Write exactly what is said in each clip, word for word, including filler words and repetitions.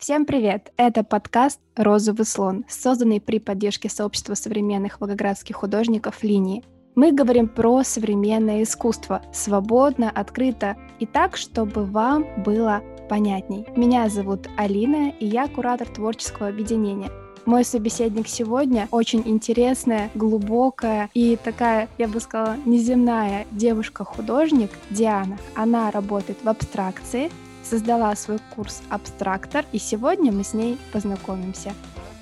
Всем привет! Это подкаст «Розовый слон», созданный при поддержке сообщества современных волгоградских художников «Линии». Мы говорим про современное искусство, свободно, открыто и так, чтобы вам было понятней. Меня зовут Алина, и я куратор творческого объединения. Мой собеседник сегодня очень интересная, глубокая и такая, я бы сказала, неземная девушка-художник Диана. Она работает в абстракции, создала свой курс «Абстрактор», и сегодня мы с ней познакомимся.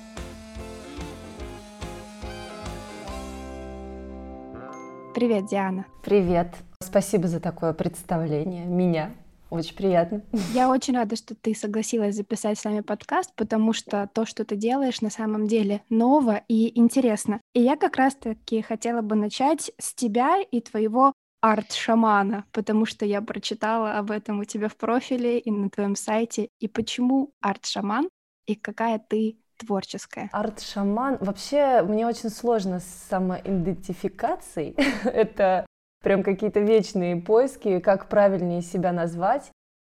Привет, Диана. Привет. Спасибо за такое представление меня. Очень приятно. Я очень рада, что ты согласилась записать с нами подкаст, потому что то, что ты делаешь, на самом деле ново и интересно. И я как раз-таки хотела бы начать с тебя и твоего арт-шамана, потому что я прочитала об этом у тебя в профиле и на твоем сайте. И почему арт-шаман, и какая ты творческая? Арт-шаман. Вообще, мне очень сложно с самоидентификацией. Это прям какие-то вечные поиски, как правильнее себя назвать.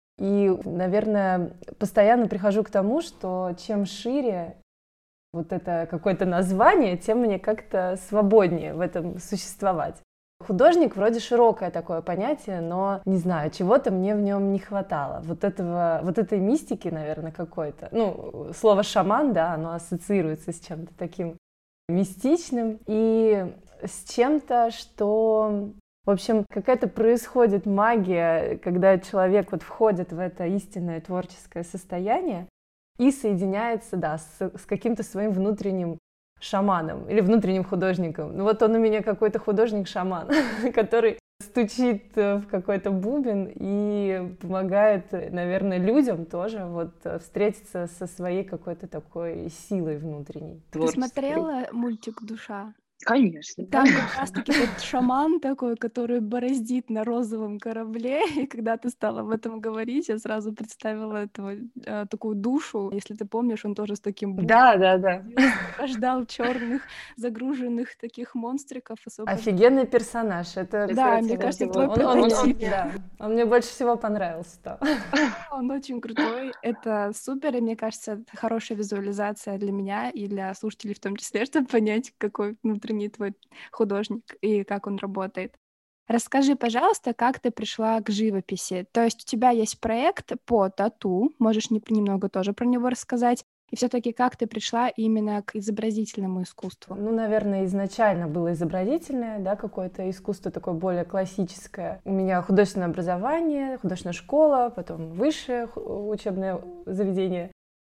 И, наверное, постоянно прихожу к тому, что чем шире вот это какое-то название, тем мне как-то свободнее в этом существовать. Художник вроде широкое такое понятие, но, не знаю, чего-то мне в нем не хватало. Вот этого, вот этой мистики, наверное, какой-то. Ну, слово «шаман», да, оно ассоциируется с чем-то таким мистичным и с чем-то, что... В общем, какая-то происходит магия, когда человек вот входит в это истинное творческое состояние и соединяется, да, с, с каким-то своим внутренним шаманом или внутренним художником. Ну вот он у меня какой-то художник-шаман, который стучит в какой-то бубен и помогает, наверное, людям тоже вот встретиться со своей какой-то такой силой внутренней. Ты смотрела мультик «Душа»? Конечно. Там как раз-таки тот шаман такой, который бороздит на розовом корабле, и когда ты стала об этом говорить, я сразу представила этого, э, такую душу. Если ты помнишь, он тоже с таким бубном Да, да, да. ждал черных загруженных таких монстриков. Офигенный персонаж. Это, да, мне кажется, твой он, он, он, прототип. Да, он мне больше всего понравился. Да. Он очень крутой. Это супер, и мне кажется, это хорошая визуализация для меня и для слушателей в том числе, чтобы понять, какой внутренний твой художник и как он работает. Расскажи, пожалуйста, как ты пришла к живописи. То есть у тебя есть проект по тату, можешь немного тоже про него рассказать. И все-таки как ты пришла именно к изобразительному искусству? Ну, наверное, изначально было изобразительное, да, какое-то искусство такое более классическое. У меня художественное образование, художественная школа, потом высшее учебное заведение.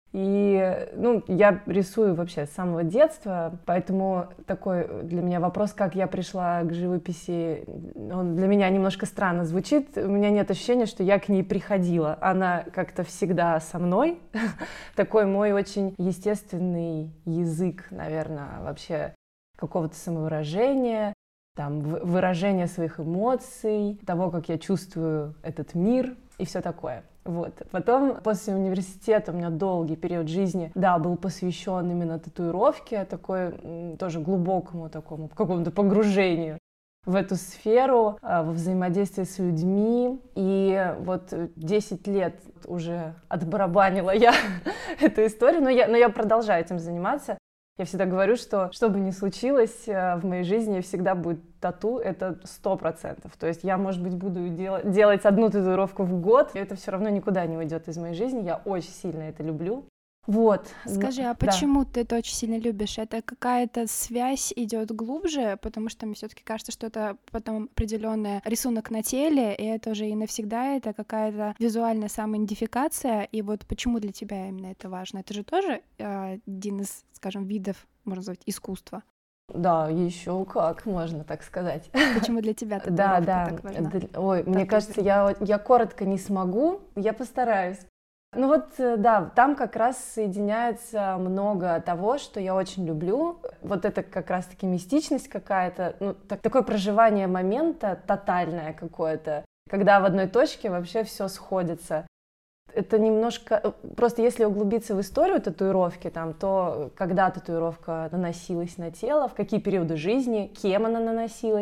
И, ну, я рисую вообще с самого детства, поэтому такой для меня вопрос, как я пришла к живописи, он для меня немножко странно звучит. У меня нет ощущения, что я к ней приходила. Она как-то всегда со мной. Такой мой очень естественный язык, наверное, вообще какого-то самовыражения, там, выражения своих эмоций, того, как я чувствую этот мир и все такое. Вот. Потом, после университета, у меня долгий период жизни, да, был посвящен именно татуировке, такой м, тоже глубокому такому какому-то погружению в эту сферу, во взаимодействие с людьми. И вот десять лет уже отбарабанила я эту историю, но я, но я продолжаю этим заниматься. Я всегда говорю, что что бы ни случилось в моей жизни, всегда будет тату, это сто процентов. То есть я, может быть, буду дел- делать одну татуировку в год, и это все равно никуда не уйдет из моей жизни. Я очень сильно это люблю. Вот. Скажи, а почему да. ты это очень сильно любишь? Это какая-то связь идет глубже, потому что мне все-таки кажется, что это потом определенный рисунок на теле, и это уже и навсегда, это какая-то визуальная самоидентификация. И вот почему для тебя именно это важно? Это же тоже э, один из, скажем, видов, можно сказать, искусства. Да, еще как, можно так сказать. Почему для тебя да, да. так важна? Ой, мне кажется, я, я коротко не смогу, я постараюсь. Ну вот, да, там как раз соединяется много того, что я очень люблю. Вот это как раз-таки мистичность какая-то, ну, так, такое проживание момента тотальное какое-то, когда в одной точке вообще все сходится. Это немножко... Просто если углубиться в историю татуировки, там, то когда татуировка наносилась на тело, в какие периоды жизни, кем она наносилась,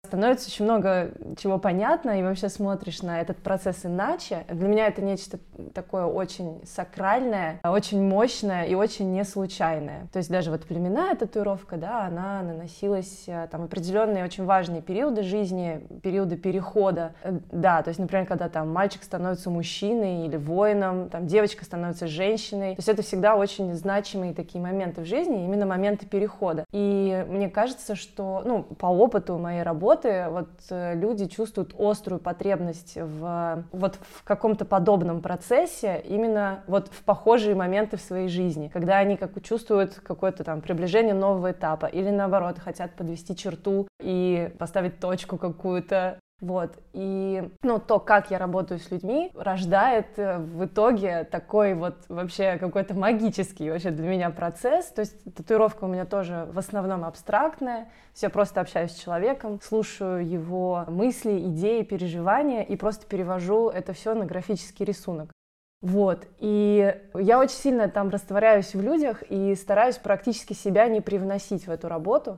становится очень много чего понятно, и вообще смотришь на этот процесс иначе. Для меня это нечто такое очень сакральное, очень мощное и очень неслучайное. То есть даже вот племенная татуировка, да, она наносилась там в определенные очень важные периоды жизни, периоды перехода. Да, то есть, например, когда там мальчик становится мужчиной или воином, там девочка становится женщиной. То есть это всегда очень значимые такие моменты в жизни, именно моменты перехода. И мне кажется, что, ну, по опыту моей работы, вот люди чувствуют острую потребность в вот в каком-то подобном процессе, именно вот в похожие моменты в своей жизни, когда они как чувствуют какое-то там приближение нового этапа или наоборот хотят подвести черту и поставить точку какую-то. Вот, и, ну, то, как я работаю с людьми, рождает в итоге такой вот вообще какой-то магический вообще для меня процесс, то есть татуировка у меня тоже в основном абстрактная, то есть я просто общаюсь с человеком, слушаю его мысли, идеи, переживания и просто перевожу это все на графический рисунок. Вот, и я очень сильно там растворяюсь в людях и стараюсь практически себя не привносить в эту работу.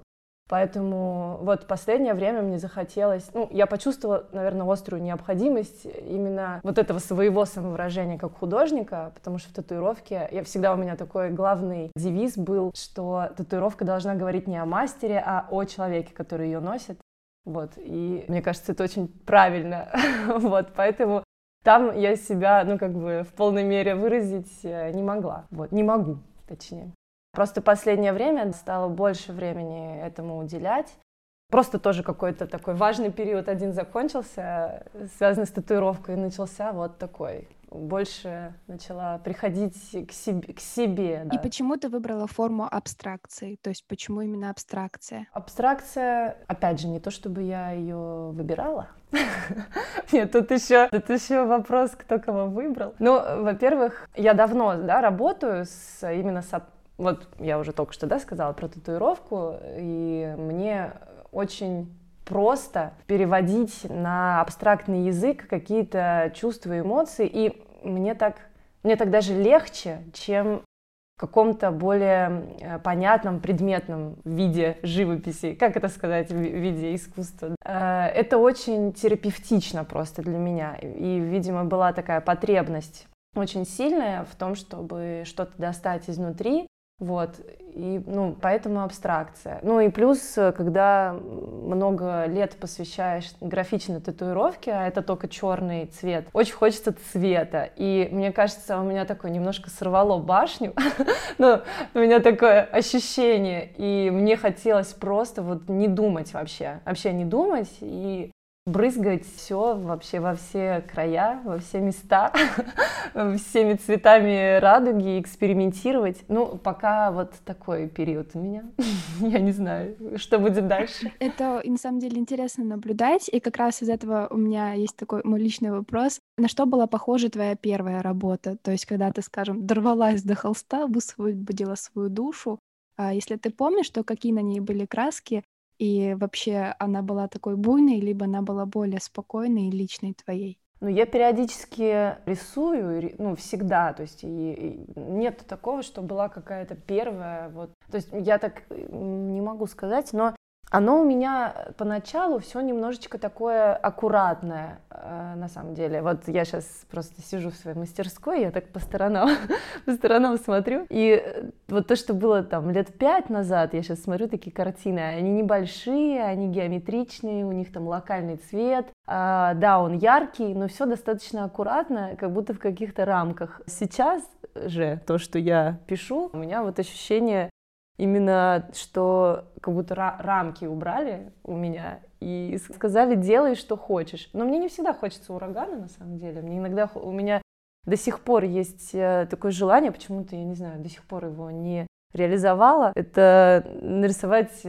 Поэтому вот последнее время мне захотелось, ну, я почувствовала, наверное, острую необходимость именно вот этого своего самовыражения как художника, потому что в татуировке, я всегда у меня такой главный девиз был, что татуировка должна говорить не о мастере, а о человеке, который ее носит. Вот, и мне кажется, это очень правильно. Вот, поэтому там я себя, ну, как бы в полной мере выразить не могла. Вот, не могу, точнее. Просто последнее время стало больше времени этому уделять. Просто тоже какой-то такой важный период один закончился, связанный с татуировкой, и начался вот такой. Больше начала приходить к себе. К себе, да. И почему ты выбрала форму абстракции? То есть почему именно абстракция? Абстракция, опять же, не то чтобы я ее выбирала. Нет, тут еще, тут еще вопрос, кто кого выбрал. Ну, во-первых, я давно, да, работаю с, именно с Вот я уже только что, да, сказала про татуировку, и мне очень просто переводить на абстрактный язык какие-то чувства, эмоции, и мне так, мне так даже легче, чем в каком-то более понятном, предметном виде живописи, как это сказать, в виде искусства. Это очень терапевтично просто для меня, и, видимо, была такая потребность очень сильная в том, чтобы что-то достать изнутри. Вот, и, ну, поэтому абстракция. Ну и плюс, когда много лет посвящаешь графичной татуировке, а это только черный цвет, очень хочется цвета. И мне кажется, у меня такое немножко сорвало башню, ну, у меня такое ощущение, и мне хотелось просто вот не думать вообще, вообще не думать и брызгать все вообще во все края, во все места, всеми цветами радуги, экспериментировать. Ну, пока вот такой период у меня. Я не знаю, что будет дальше. Это, на самом деле, интересно наблюдать, и как раз из этого у меня есть такой мой личный вопрос. На что была похожа твоя первая работа? То есть, когда ты, скажем, дорвалась до холста, высвободила свою душу, а если ты помнишь, то какие на ней были краски, и вообще она была такой буйной, либо она была более спокойной и личной твоей? Ну, я периодически рисую, ну, всегда, то есть и, и нет такого, что была какая-то первая, вот, то есть я так не могу сказать, но оно у меня поначалу все немножечко такое аккуратное, э, на самом деле. Вот я сейчас просто сижу в своей мастерской, я так по сторонам, по сторонам смотрю. И вот то, что было там лет пять назад, я сейчас смотрю такие картины, они небольшие, они геометричные, у них там локальный цвет. А, да, он яркий, но все достаточно аккуратно, как будто в каких-то рамках. Сейчас же то, что я пишу, у меня вот ощущение именно, что как будто ра- рамки убрали у меня и сказали, делай, что хочешь. Но мне не всегда хочется урагана, на самом деле. Мне иногда, у меня до сих пор есть такое желание, почему-то, я не знаю, до сих пор его не реализовала, это нарисовать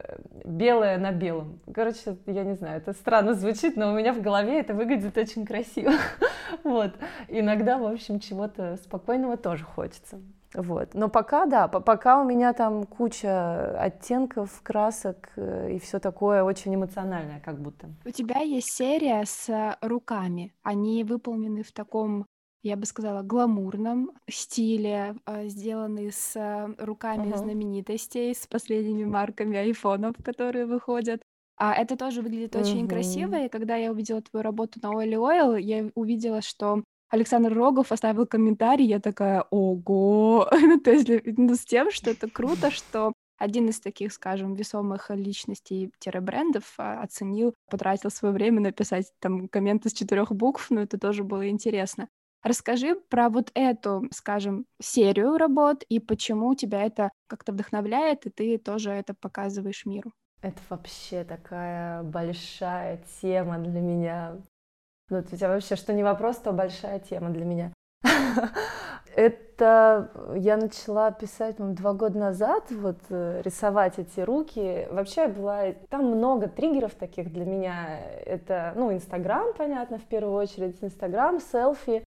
белое на белом. Короче, я не знаю, это странно звучит, но у меня в голове это выглядит очень красиво. Вот. Иногда, в общем, чего-то спокойного тоже хочется. Вот. Но пока, да, пока у меня там куча оттенков, красок и все такое очень эмоциональное, как будто. У тебя есть серия с руками. Они выполнены в таком, я бы сказала, гламурном стиле, сделаны с руками uh-huh. знаменитостей, с последними марками айфонов, которые выходят. А это тоже выглядит очень красиво, Мгм. и когда я увидела твою работу на Oily Oil, я увидела, что Александр Рогов оставил комментарий, я такая: "Ого!" Ну, то есть, для ну, с тем, что это круто, что один из таких, скажем, весомых личностей-брендов, а, оценил, потратил свое время написать там коммент из четырех букв, ну, это тоже было интересно. Расскажи про вот эту, скажем, серию работ и почему тебя это как-то вдохновляет, и ты тоже это показываешь миру. Это вообще такая большая тема для меня. Ну, вот у тебя вообще, что не вопрос, то большая тема для меня. Это я начала писать, по-моему, два года назад, вот э, рисовать эти руки. Вообще была... Там много триггеров таких для меня. Это, ну, Инстаграм, понятно, в первую очередь. Инстаграм, селфи.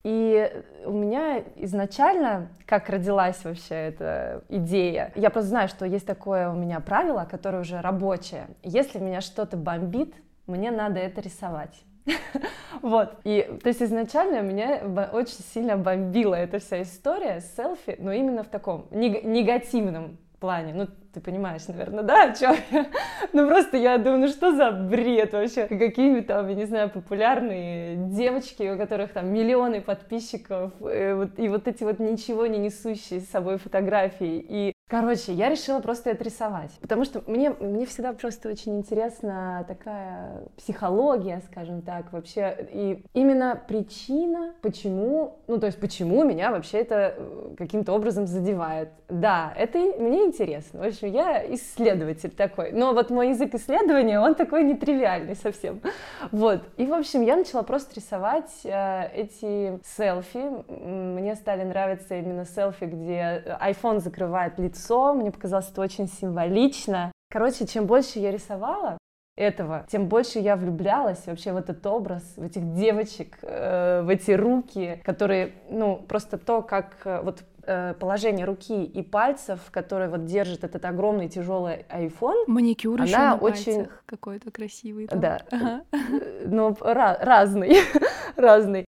И у меня изначально, как родилась вообще эта идея, я просто знаю, что есть такое у меня правило, которое уже рабочее. Если меня что-то бомбит, мне надо это рисовать. Вот. И, то есть изначально меня бо- очень сильно бомбила эта вся история с селфи, но именно в таком нег- негативном плане. Ну, ты понимаешь, наверное, да, о чем я? Ну, просто я думаю, ну что за бред вообще? Какие там, я не знаю, популярные девочки, у которых там миллионы подписчиков, и вот, и вот эти вот ничего не несущие с собой фотографии. И, короче, я решила просто это рисовать, потому что мне, мне всегда просто очень интересна такая психология, скажем так, вообще. И именно причина, почему, ну, то есть почему меня вообще это э, каким-то образом задевает. Да, это и- мне интересно. В общем, я исследователь такой. Но вот мой язык исследования, он такой нетривиальный совсем. Вот. И, в общем, я начала просто рисовать э, эти селфи. М, Мне стали нравиться именно селфи, где iPhone закрывает лицо. Мне показалось это очень символично. Короче, чем больше я рисовала этого, тем больше я влюблялась вообще в этот образ, в этих девочек, э, в эти руки, которые, ну, просто то, как э, вот э, положение руки и пальцев, которые вот держит этот огромный тяжелый iPhone, Маникюр еще она на очень, пальцах какой-то красивый там. да, Ага. э, ну, ra- разный, разный.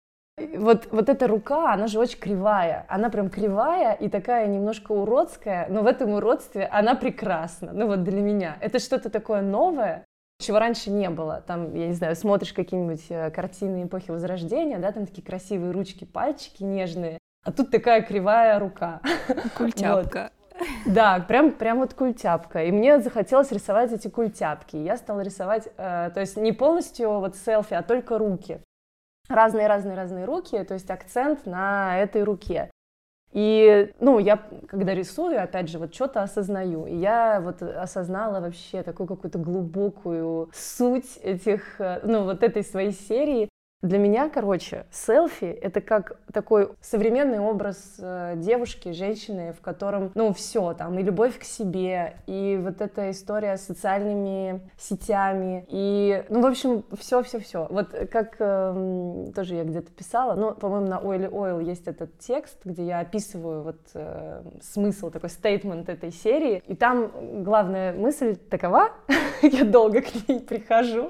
И Вот, вот эта рука, она же очень кривая, она прям кривая и такая немножко уродская, но в этом уродстве она прекрасна, ну вот для меня. Это что-то такое новое, чего раньше не было. Там, я не знаю, смотришь какие-нибудь э, картины эпохи Возрождения, да, там такие красивые ручки, пальчики нежные, а тут такая кривая рука. Вот. Культяпка. Да, прям, прям вот культяпка. И мне захотелось рисовать эти культяпки. И я стала рисовать, э, то есть не полностью вот селфи, а только руки. Разные-разные-разные руки, то есть акцент на этой руке. И, ну, я, когда рисую, опять же, вот что-то осознаю. И я вот осознала вообще такую какую-то глубокую суть этих, э, ну, вот этой своей серии. Для меня, короче, селфи — это как такой современный образ э, девушки, женщины, в котором, ну, все там, и любовь к себе, и вот эта история с социальными сетями, и, ну, в общем, все-все-все. Вот как эм, тоже я где-то писала, ну, по-моему, на Oily Oil есть этот текст, где я описываю вот э, смысл, такой стейтмент этой серии, и там главная мысль такова, я долго к ней прихожу,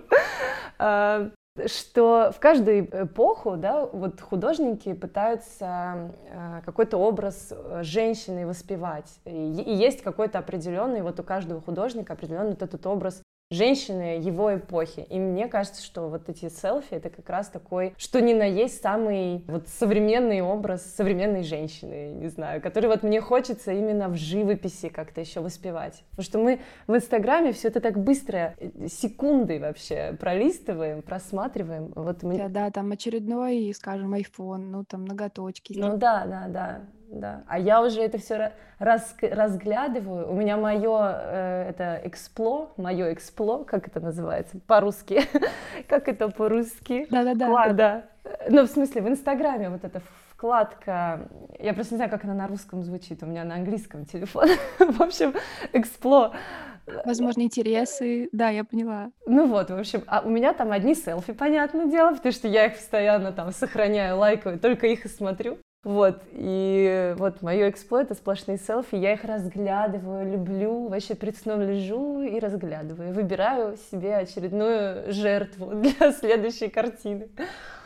э, что в каждую эпоху, да, вот художники пытаются э, какой-то образ э, женщины воспевать. И, и есть какой-то определенный, вот у каждого художника определенный вот этот образ женщины его эпохи. И мне кажется, что вот эти селфи — это как раз такой, что ни на есть, самый вот современный образ современной женщины, не знаю, который вот мне хочется именно в живописи как-то еще воспевать. Потому что мы в Инстаграме все это так быстро, э, секунды вообще пролистываем, просматриваем. Вот мы... Да, да, там очередной, скажем, iPhone, ну там ноготочки. Ну да, да, да. Да. А я уже это все раз, разглядываю. У меня мое э, это экспло, мое экспло, как это называется по-русски? Как это по-русски? Да-да-да. Вклада. Ну, в смысле, в Инстаграме вот эта вкладка, я просто не знаю, как она на русском звучит, у меня на английском телефон. В общем, экспло. Возможно, интересы. Да, я поняла. Ну вот, в общем, а у меня там одни селфи, понятное дело, потому что я их постоянно там сохраняю, лайкаю, только их и смотрю. Вот, и вот мое экспло — это сплошные селфи, я их разглядываю, люблю, вообще перед сном лежу и разглядываю, выбираю себе очередную жертву для следующей картины.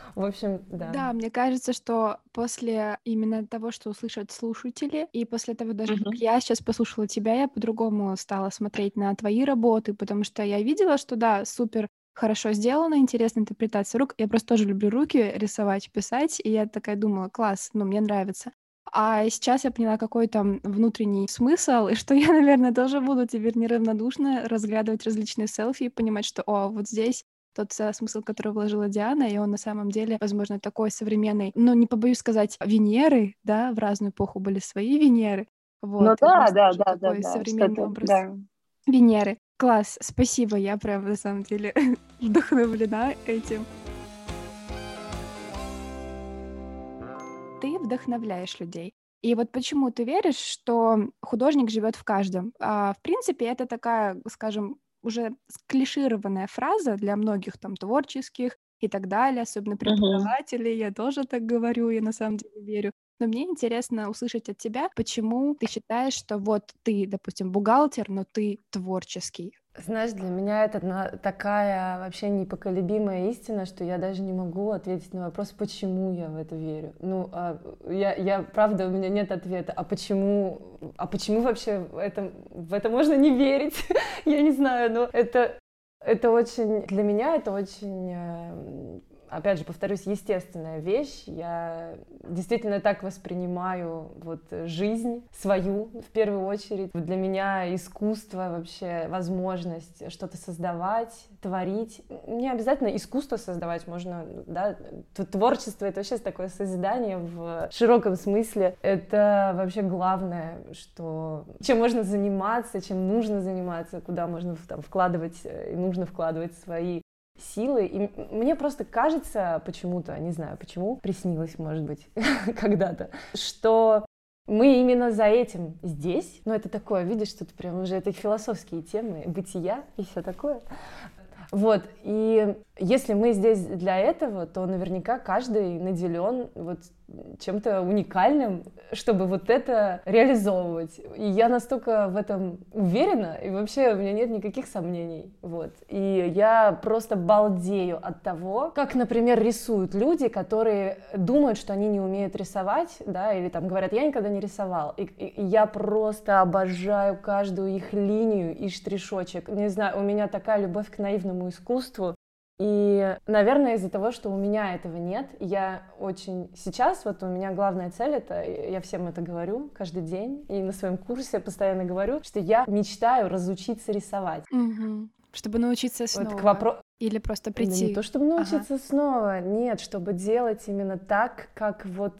В общем, да. Да, мне кажется, что после именно того, что услышат слушатели, и после того даже, как Мгм. я сейчас послушала тебя, я по-другому стала смотреть на твои работы, потому что я видела, что да, супер хорошо сделано, интересная интерпретация рук. Я просто тоже люблю руки рисовать, писать, и я такая думала: класс, ну, мне нравится. А сейчас я поняла, какой там внутренний смысл, и что я, наверное, тоже буду теперь неравнодушно разглядывать различные селфи и понимать, что, о, вот здесь тот э, смысл, который вложила Диана, и он на самом деле, возможно, такой современный, ну, не побоюсь сказать, Венеры, да, в разную эпоху были свои Венеры, Ну вот, и да, здесь да, тоже да, да, такой да, современный что-то, образ да. Венеры. Класс, спасибо, я прям на самом деле вдохновлена этим. Ты вдохновляешь людей. И вот почему ты веришь, что художник живет в каждом? А, в принципе, это такая, скажем, уже склишированная фраза для многих там творческих и так далее, особенно Мгм. преподавателей. Я тоже так говорю, я на самом деле верю. Но мне интересно услышать от тебя, почему ты считаешь, что вот ты, допустим, бухгалтер, но ты творческий. Знаешь, для меня это на- такая вообще непоколебимая истина, что я даже не могу ответить на вопрос, почему я в это верю. Ну, а, я, я, правда, у меня нет ответа. А почему, а почему вообще в это, в это можно не верить? Я не знаю, но это, это очень, для меня это очень, э, опять же, повторюсь, естественная вещь. Я действительно так воспринимаю вот жизнь свою в первую очередь. Вот для меня искусство вообще возможность что-то создавать, творить. Не обязательно искусство создавать, можно, да, т- творчество — это вообще такое созидание в широком смысле. Это вообще главное, что чем можно заниматься, чем нужно заниматься, куда можно там вкладывать и нужно вкладывать свои силы. И мне просто кажется почему-то, не знаю почему, приснилось, может быть, когда-то, что мы именно за этим здесь. Ну, это такое, видишь, тут прям уже это философские темы, бытия и все такое. Вот, и если мы здесь для этого, то наверняка каждый наделен вот чем-то уникальным, чтобы вот это реализовывать. И я настолько в этом уверена, и вообще у меня нет никаких сомнений. Вот. И я просто балдею от того, как, например, рисуют люди, которые думают, что они не умеют рисовать, да, или там говорят: я никогда не рисовал. И, и- и я просто обожаю каждую их линию и штришочек. Не знаю, у меня такая любовь к наивному искусству. И, наверное, из-за того, что у меня этого нет, я очень сейчас, вот у меня главная цель — это, я всем это говорю каждый день, и на своем курсе постоянно говорю, что я мечтаю разучиться рисовать. Мгм. Чтобы научиться Вот к снова. вопросу, Или просто да не то прийти. чтобы Ага. научиться снова, нет, чтобы делать именно так, как вот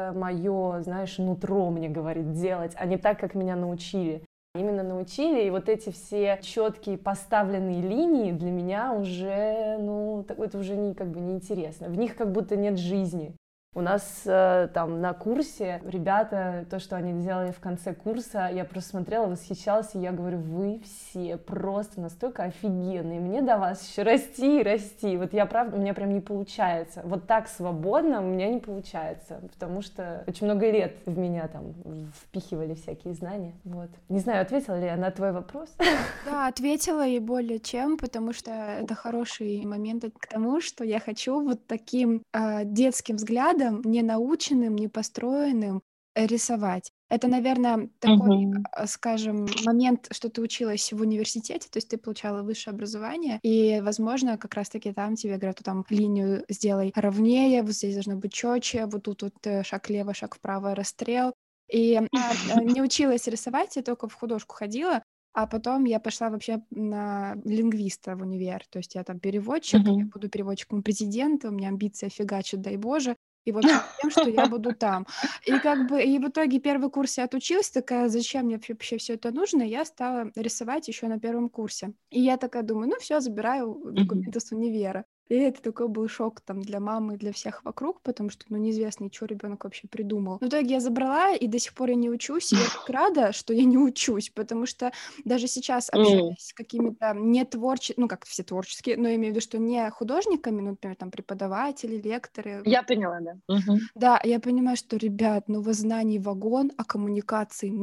мое, знаешь, нутро мне говорит делать, а не так, как меня научили. Именно научили, и вот эти все четкие поставленные линии для меня уже, ну, так- это уже не, как бы неинтересно. В них как будто нет жизни. У нас э, там на курсе ребята, то, что они делали в конце курса, я просто смотрела, восхищалась, и я говорю: вы все просто настолько офигенные, мне до вас еще расти и расти. Вот я, правда, у меня прям не получается. Вот так свободно у меня не получается, потому что очень много лет в меня там впихивали всякие знания. Вот. Не знаю, ответила ли я на твой вопрос? Да, ответила и более чем, потому что это хороший момент к тому, что я хочу вот таким а, детским взглядом, не наученным, не построенным, э, рисовать. Это, наверное, такой, Мгм. а, скажем, момент, что ты училась в университете, то есть ты получала высшее образование, и, возможно, как раз-таки там тебе говорят: «Вот там линию сделай ровнее, вот здесь должно быть четче, вот тут вот э, шаг влево, шаг вправо, расстрел». И я а, не училась рисовать, я только в художку ходила, а потом я пошла вообще на лингвиста в универ. То есть я там переводчик, я Мгм. буду переводчиком президента, у меня амбиция фигачит, дай боже. И, в общем, с тем, что я буду там. И как бы, и в итоге первый курс я отучилась, такая: зачем мне вообще все это нужно? Я стала рисовать еще на первом курсе. И я такая думаю: ну все, забираю Мгм. документы с универа. И это такой был шок там для мамы и для всех вокруг, потому что, ну, неизвестно, что ребенок вообще придумал. В итоге я забрала, и до сих пор я не учусь, и я так рада, что я не учусь, потому что даже сейчас, общаясь М. с какими-то не творче ну, как все творческие, но я имею в виду, что не художниками, ну, например, там преподаватели, лекторы. Я поняла, да. Мгм. Да, я понимаю, что, ребят, ну, вы знаний вагон, а коммуникации ноль.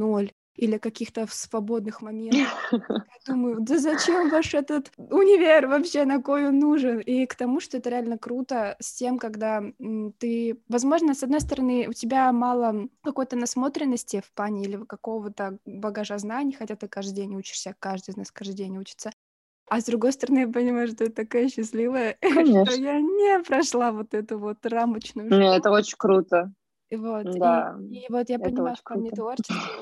или каких-то в свободных моментах. Я думаю, да зачем ваш этот универ вообще, на кой он нужен? И к тому, что это реально круто с тем, когда м, ты, возможно, с одной стороны, у тебя мало какой-то насмотренности в плане или какого-то багажа знаний, хотя ты каждый день учишься, каждый из нас каждый день учится. А с другой стороны, я понимаю, что я такая счастливая, что Конечно. я не прошла вот эту вот рамочную Не, школу. это очень круто. И вот, и, Да, и вот я это понимаю очень в плане круто. творчества,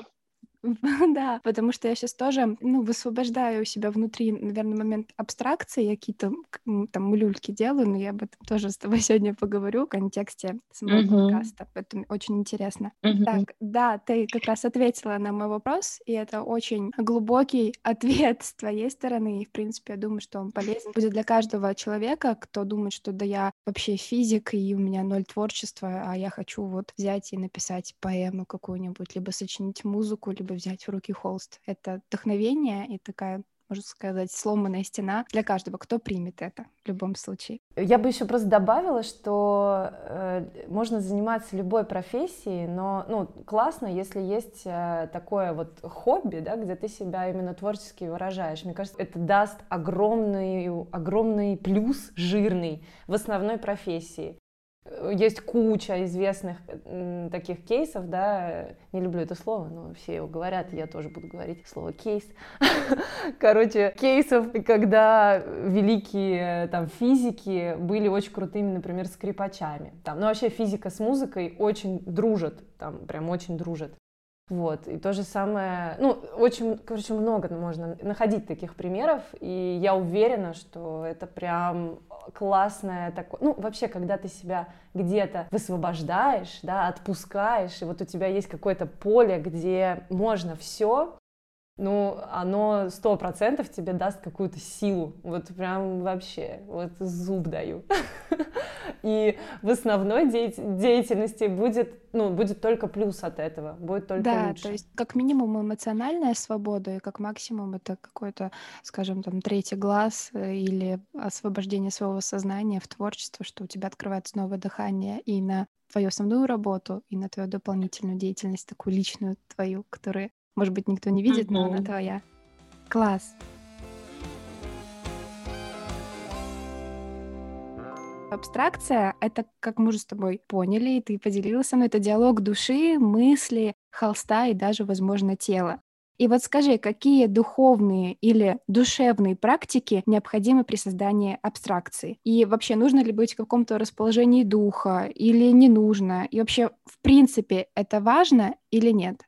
да, потому что я сейчас тоже, ну, высвобождаю у себя внутри, наверное, момент абстракции, какие-то к- м, там люльки делаю, но я об этом тоже с тобой сегодня поговорю в контексте самого Мгм. подкаста, поэтому очень интересно. Мгм. Так, да, ты как раз ответила на мой вопрос, и это очень глубокий ответ с твоей стороны, и, в принципе, я думаю, что он полезен будет для каждого человека, кто думает, что да я вообще физик, и у меня ноль творчества, а я хочу вот взять и написать поэму какую-нибудь, либо сочинить музыку, либо взять в руки холст. Это вдохновение и такая, можно сказать, сломанная стена для каждого, кто примет это в любом случае. Я бы еще просто добавила, что э, можно заниматься любой профессией, но ну, классно, если есть э, такое вот хобби, да, где ты себя именно творчески выражаешь. Мне кажется, это даст огромный, огромный плюс жирный в основной профессии. Есть куча известных м, таких кейсов, да, не люблю это слово, но все его говорят, я тоже буду говорить слово кейс. Короче, кейсов, когда великие там физики были очень крутыми, например, скрипачами. Там, ну, вообще физика с музыкой очень дружат, там прям очень дружат. Вот, и то же самое, ну, очень, короче, много можно находить таких примеров, и я уверена, что это прям классное такое, ну, вообще, когда ты себя где-то высвобождаешь, да, отпускаешь, и вот у тебя есть какое-то поле, где можно все, ну, оно сто процентов тебе даст какую-то силу, вот прям вообще, вот зуб даю. И в основной деятельности будет, ну, будет только плюс от этого, будет только Да, то лучше. есть как минимум эмоциональная свобода, и как максимум это какой-то, скажем, там, третий глаз э, или освобождение своего сознания в творчество, что у тебя открывается новое дыхание и на твою основную работу, и на твою дополнительную деятельность, такую личную твою, которую, может быть, никто не видит, но она Мгм. твоя. Класс. Абстракция — это, как мы уже с тобой поняли, и ты поделилась со мной, это диалог души, мысли, холста и даже, возможно, тела. И вот скажи, какие духовные или душевные практики необходимы при создании абстракции? И вообще, нужно ли быть в каком-то расположении духа или не нужно? И вообще, в принципе, это важно или нет?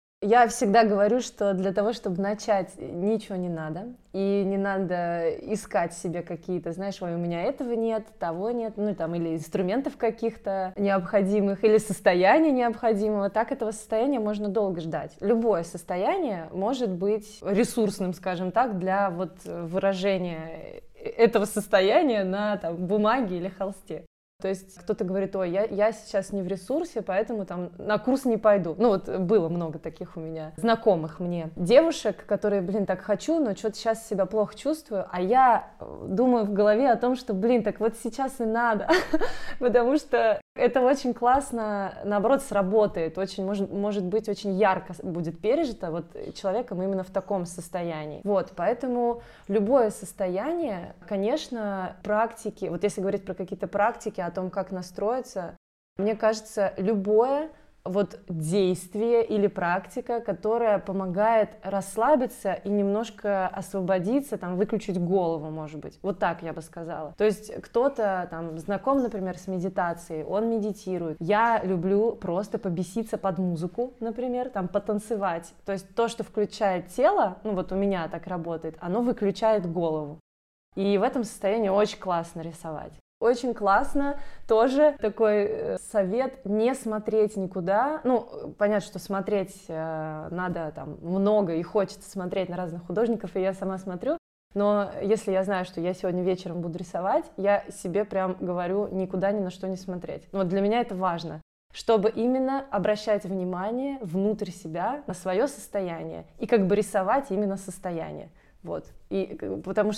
Я всегда говорю, что для того, чтобы начать, ничего не надо. И не надо искать себе какие-то, знаешь, ой, у меня этого нет, того нет, ну там, или инструментов каких-то необходимых, или состояния необходимого. Так этого состояния можно долго ждать. Любое состояние может быть ресурсным, скажем так, для вот выражения этого состояния на там, бумаге или холсте. То есть кто-то говорит, ой, я, я сейчас не в ресурсе, поэтому там на курс не пойду. Ну вот было много таких у меня знакомых мне девушек, которые, блин, так хочу, но что-то сейчас себя плохо чувствую, а я думаю в голове о том, что, блин, так вот сейчас и надо, потому что это очень классно, наоборот, сработает, очень, может, может быть, очень ярко будет пережито вот человеком именно в таком состоянии. Вот, поэтому любое состояние, конечно, практики, вот если говорить про какие-то практики, о том, как настроиться, мне кажется, любое вот действие или практика, которая помогает расслабиться и немножко освободиться, там, выключить голову, может быть. Вот так я бы сказала. То есть кто-то там знаком, например, с медитацией, он медитирует. Я люблю просто побеситься под музыку, например, там, потанцевать. То есть то, что включает тело, ну вот у меня так работает, оно выключает голову. И в этом состоянии очень классно рисовать. Очень классно, тоже такой совет, не смотреть никуда. Ну, понятно, что смотреть э, надо там много и хочется смотреть на разных художников, и я сама смотрю. Но если я знаю, что я сегодня вечером буду рисовать, я себе прям говорю никуда ни на что не смотреть. Вот для меня это важно, чтобы именно обращать внимание внутрь себя на свое состояние и как бы рисовать именно состояние. Вот. И, потому что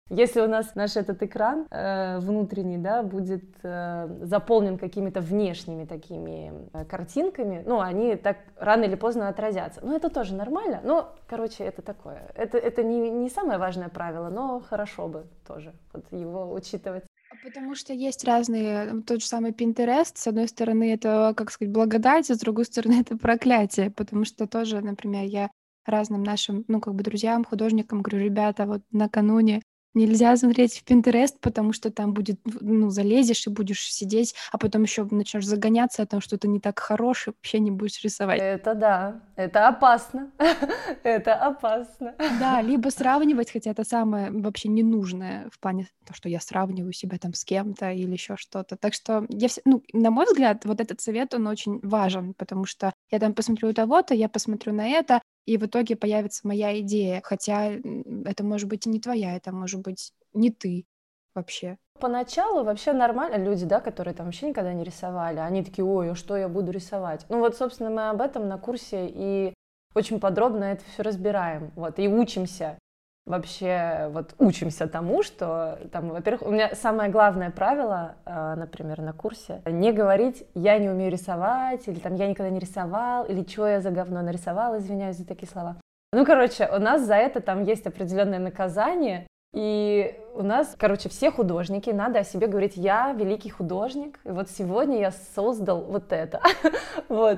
Если у нас наш этот экран э, внутренний, да, будет э, заполнен какими-то внешними такими э, картинками, ну, они так рано или поздно отразятся. Ну, это тоже нормально, но, короче, это такое. Это, это не, не самое важное правило, но хорошо бы тоже вот его учитывать. Потому что есть разные, тот же самый Pinterest, с одной стороны, это, как сказать, благодать, а с другой стороны, это проклятие, потому что тоже, например, я разным нашим, ну, как бы друзьям, художникам говорю, ребята, вот накануне нельзя смотреть в Pinterest, потому что там будет, ну, залезешь и будешь сидеть, а потом еще начнешь загоняться о том, что ты не так хорош, и вообще не будешь рисовать. Это да, это опасно, это опасно. Да, либо сравнивать, хотя это самое вообще ненужное в плане того, что я сравниваю себя там с кем-то или еще что-то. Так что я все, ну, на мой взгляд, вот этот совет, он очень важен, потому что я там посмотрю того-то, я посмотрю на это, и в итоге появится моя идея, хотя м, это может быть и не твоя, это может быть не ты вообще. Поначалу вообще нормально люди, да, которые там вообще никогда не рисовали, они такие, ой, а что я буду рисовать? Ну вот, собственно, мы об этом на курсе и очень подробно это все разбираем, вот, и учимся. Вообще, вот, учимся тому, что, там, во-первых, у меня самое главное правило, э, например, на курсе, не говорить «я не умею рисовать», или там «я никогда не рисовал», или «чё я за говно нарисовал», извиняюсь за такие слова. Ну, короче, у нас за это там есть определенное наказание, и у нас, короче, все художники, надо о себе говорить «я великий художник», и вот сегодня я создал вот это, вот.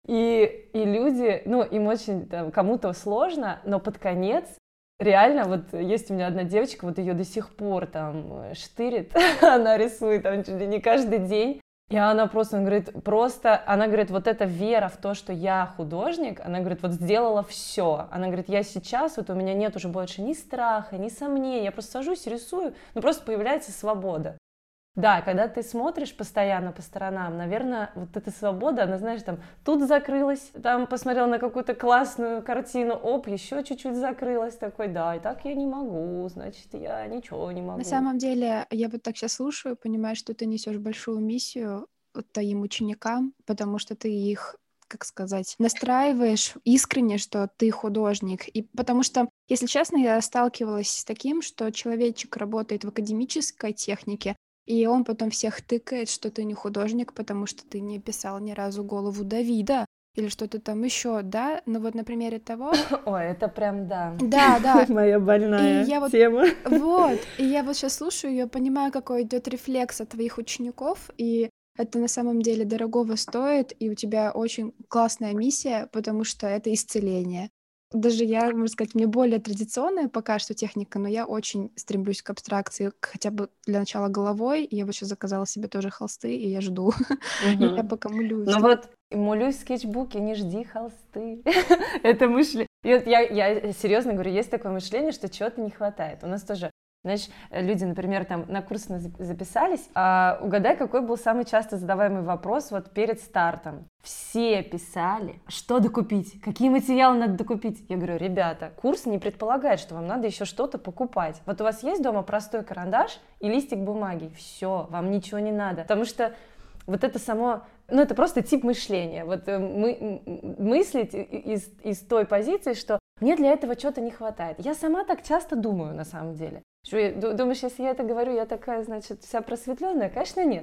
И, и люди, ну, им очень, там, кому-то сложно, но под конец реально, вот есть у меня одна девочка, вот ее до сих пор там штырит, она рисует там чуть ли не каждый день, и она просто, она говорит, просто, она говорит, вот эта вера в то, что я художник, она говорит, вот сделала все, она говорит, я сейчас, вот у меня нет уже больше ни страха, ни сомнений, я просто сажусь и рисую, ну просто появляется свобода. Да, когда ты смотришь постоянно по сторонам, наверное, вот эта свобода, она, знаешь, там, тут закрылась, там посмотрел на какую-то классную картину, оп, еще чуть-чуть закрылась, такой, да, и так я не могу, значит, я ничего не могу. На самом деле, я вот так сейчас слушаю, понимаю, что ты несешь большую миссию вот твоим ученикам, потому что ты их, как сказать, настраиваешь искренне, что ты художник. И потому что, если честно, я сталкивалась с таким, что человечек работает в академической технике, и он потом всех тыкает, что ты не художник, потому что ты не писал ни разу голову Давида или что-то там еще, да? Ну вот на примере того... Ой, это прям, да. Да, да. Моя больная И я вот, тема. вот, и я вот сейчас слушаю, я понимаю, какой идет рефлекс от твоих учеников, и это на самом деле дорогого стоит, и у тебя очень классная миссия, потому что это исцеление. Даже я, можно сказать, мне более традиционная пока что техника, но я очень стремлюсь к абстракции, к- хотя бы для начала головой. И я вот сейчас заказала себе тоже холсты, и я жду. И я Мгм. пока молюсь. Ну вот, молюсь в скетчбуке, не жди холсты. Это мышление. И вот я, я серьезно говорю, есть такое мышление, что чего-то не хватает. У нас тоже, знаешь, люди, например, там на курс на- записались, а угадай, какой был самый часто задаваемый вопрос вот перед стартом. Все писали, что докупить, какие материалы надо докупить. Я говорю, ребята, курс не предполагает, что вам надо еще что-то покупать. Вот у вас есть дома простой карандаш и листик бумаги. Все, вам ничего не надо. Потому что вот это само, ну это просто тип мышления. Вот э, мы, м, мыслить и- из, из той позиции, что мне для этого чего-то не хватает. Я сама так часто думаю, на самом деле. Что я- ду- думаешь, если я это говорю, я такая, значит, вся просветленная? Конечно, нет.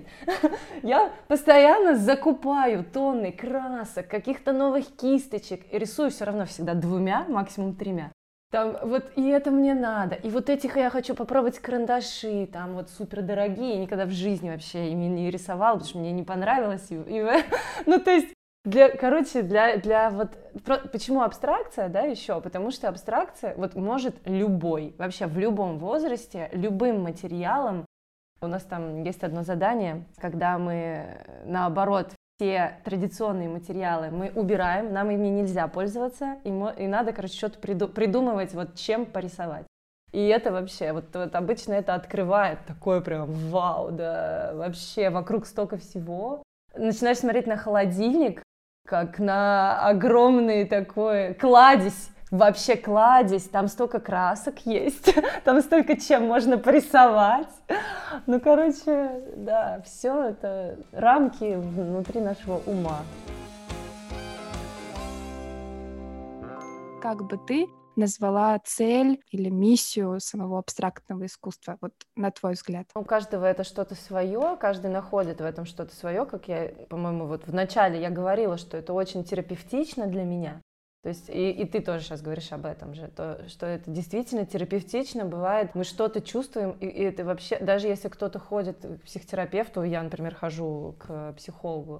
Я постоянно закупаю тонны красок, каких-то новых кисточек и рисую все равно всегда двумя, максимум тремя. Там вот и это мне надо, и вот этих я хочу попробовать карандаши, там вот супер дорогие, никогда в жизни вообще ими не рисовала, потому что мне не понравилось. И, и, ну то есть для, короче, для, для вот про- почему абстракция, да, еще, потому что абстракция вот может любой, вообще в любом возрасте, любым материалом. У нас там есть одно задание, когда мы наоборот все традиционные материалы мы убираем, нам ими нельзя пользоваться, и, мо- и надо, короче, что-то приду- придумывать, вот чем порисовать. И это вообще, вот, вот обычно это открывает такое прям вау, да, вообще вокруг столько всего. Начинаешь смотреть на холодильник, как на огромный такой кладезь, вообще кладезь, там столько красок есть, там столько чем можно порисовать. Ну, короче, да, все это рамки внутри нашего ума. Как бы ты назвала цель или миссию самого абстрактного искусства, вот на твой взгляд? У каждого это что-то свое, каждый находит в этом что-то свое, как я, по-моему, вот в начале я говорила, что это очень терапевтично для меня. То есть и, и ты тоже сейчас говоришь об этом же, то, что это действительно терапевтично бывает, мы что-то чувствуем, и, и это вообще, даже если кто-то ходит к психотерапевту, я, например, хожу к психологу,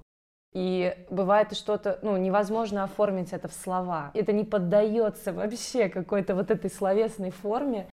и бывает что-то, ну, невозможно оформить это в слова, это не поддается вообще какой-то вот этой словесной форме.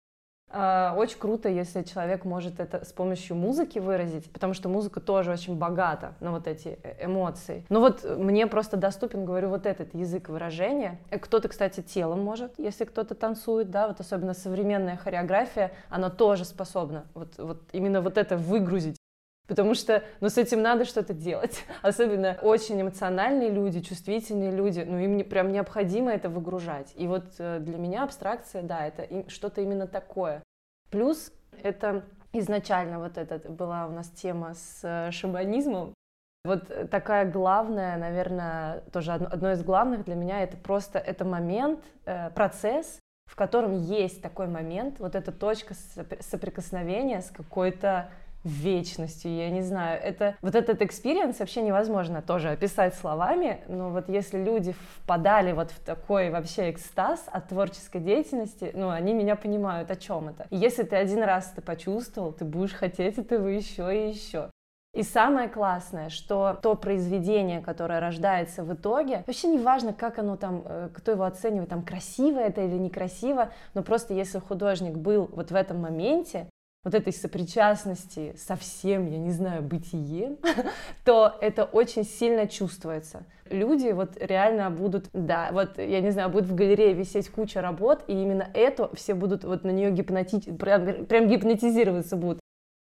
Очень круто, если человек может это с помощью музыки выразить, потому что музыка тоже очень богата на вот эти эмоции. Но вот мне просто доступен, говорю, вот этот язык выражения. Кто-то, кстати, телом может, если кто-то танцует, да, вот особенно современная хореография, она тоже способна вот, вот именно вот это выгрузить. Потому что, ну, с этим надо что-то делать. Особенно очень эмоциональные люди, чувствительные люди, ну, им не, прям необходимо это выгружать. И вот для меня абстракция, да, это что-то именно такое. Плюс это изначально вот эта была у нас тема с шаманизмом. Вот такая главная, наверное, тоже одно из главных для меня, это просто это момент, процесс, в котором есть такой момент, вот эта точка соприкосновения с какой-то вечностью, я не знаю, это, вот этот экспириенс вообще невозможно тоже описать словами, но вот если люди впадали вот в такой вообще экстаз от творческой деятельности, ну, они меня понимают, о чем это. И если ты один раз это почувствовал, ты будешь хотеть этого еще и еще. И самое классное, что то произведение, которое рождается в итоге, вообще не важно, как оно там, кто его оценивает, там красиво это или некрасиво, но просто если художник был вот в этом моменте, вот этой сопричастности со всем, я не знаю, бытием, то это очень сильно чувствуется. Люди вот реально будут, да, вот, я не знаю, будет в галерее висеть куча работ, и именно это все будут вот на нее гипнотизироваться, прям, прям гипнотизироваться будут.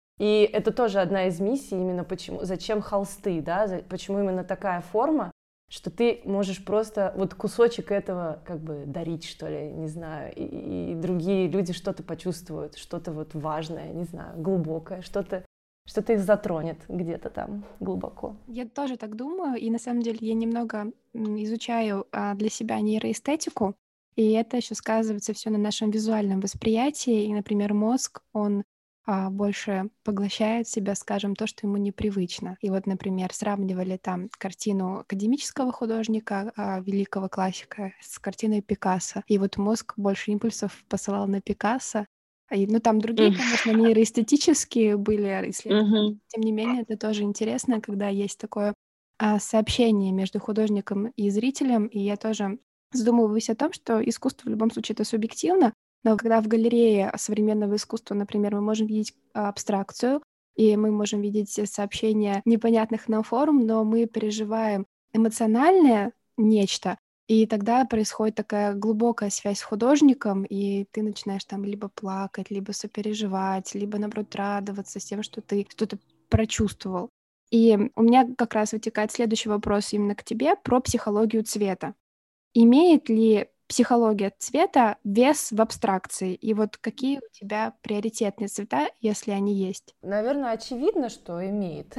И это тоже одна из миссий, именно почему, зачем холсты, да, почему именно такая форма, что ты можешь просто вот кусочек этого как бы дарить, что ли, не знаю, и, и другие люди что-то почувствуют, что-то вот важное, не знаю, глубокое, что-то, что-то их затронет где-то там глубоко. Я тоже так думаю, и на самом деле я немного изучаю а, для себя нейроэстетику, и это еще сказывается все на нашем визуальном восприятии, и, например, мозг, он а, больше поглощает в себя, скажем, то, что ему непривычно. И вот, например, сравнивали там картину академического художника, а, великого классика, с картиной Пикассо. И вот мозг больше импульсов посылал на Пикассо. И, ну, там другие, конечно, нейроэстетические были исследования. Тем не менее, это тоже интересно, когда есть такое а, сообщение между художником и зрителем. И я тоже задумываюсь о том, что искусство в любом случае это субъективно, но когда в галерее современного искусства, например, мы можем видеть абстракцию, и мы можем видеть сообщения непонятных нам форм, но мы переживаем эмоциональное нечто, и тогда происходит такая глубокая связь с художником, и ты начинаешь там либо плакать, либо сопереживать, либо, наоборот, радоваться с тем, что ты что-то прочувствовал. И у меня как раз вытекает следующий вопрос именно к тебе про психологию цвета. Имеет ли психология цвета вес в абстракции? И вот какие у тебя приоритетные цвета, если они есть? Наверное, очевидно, что имеет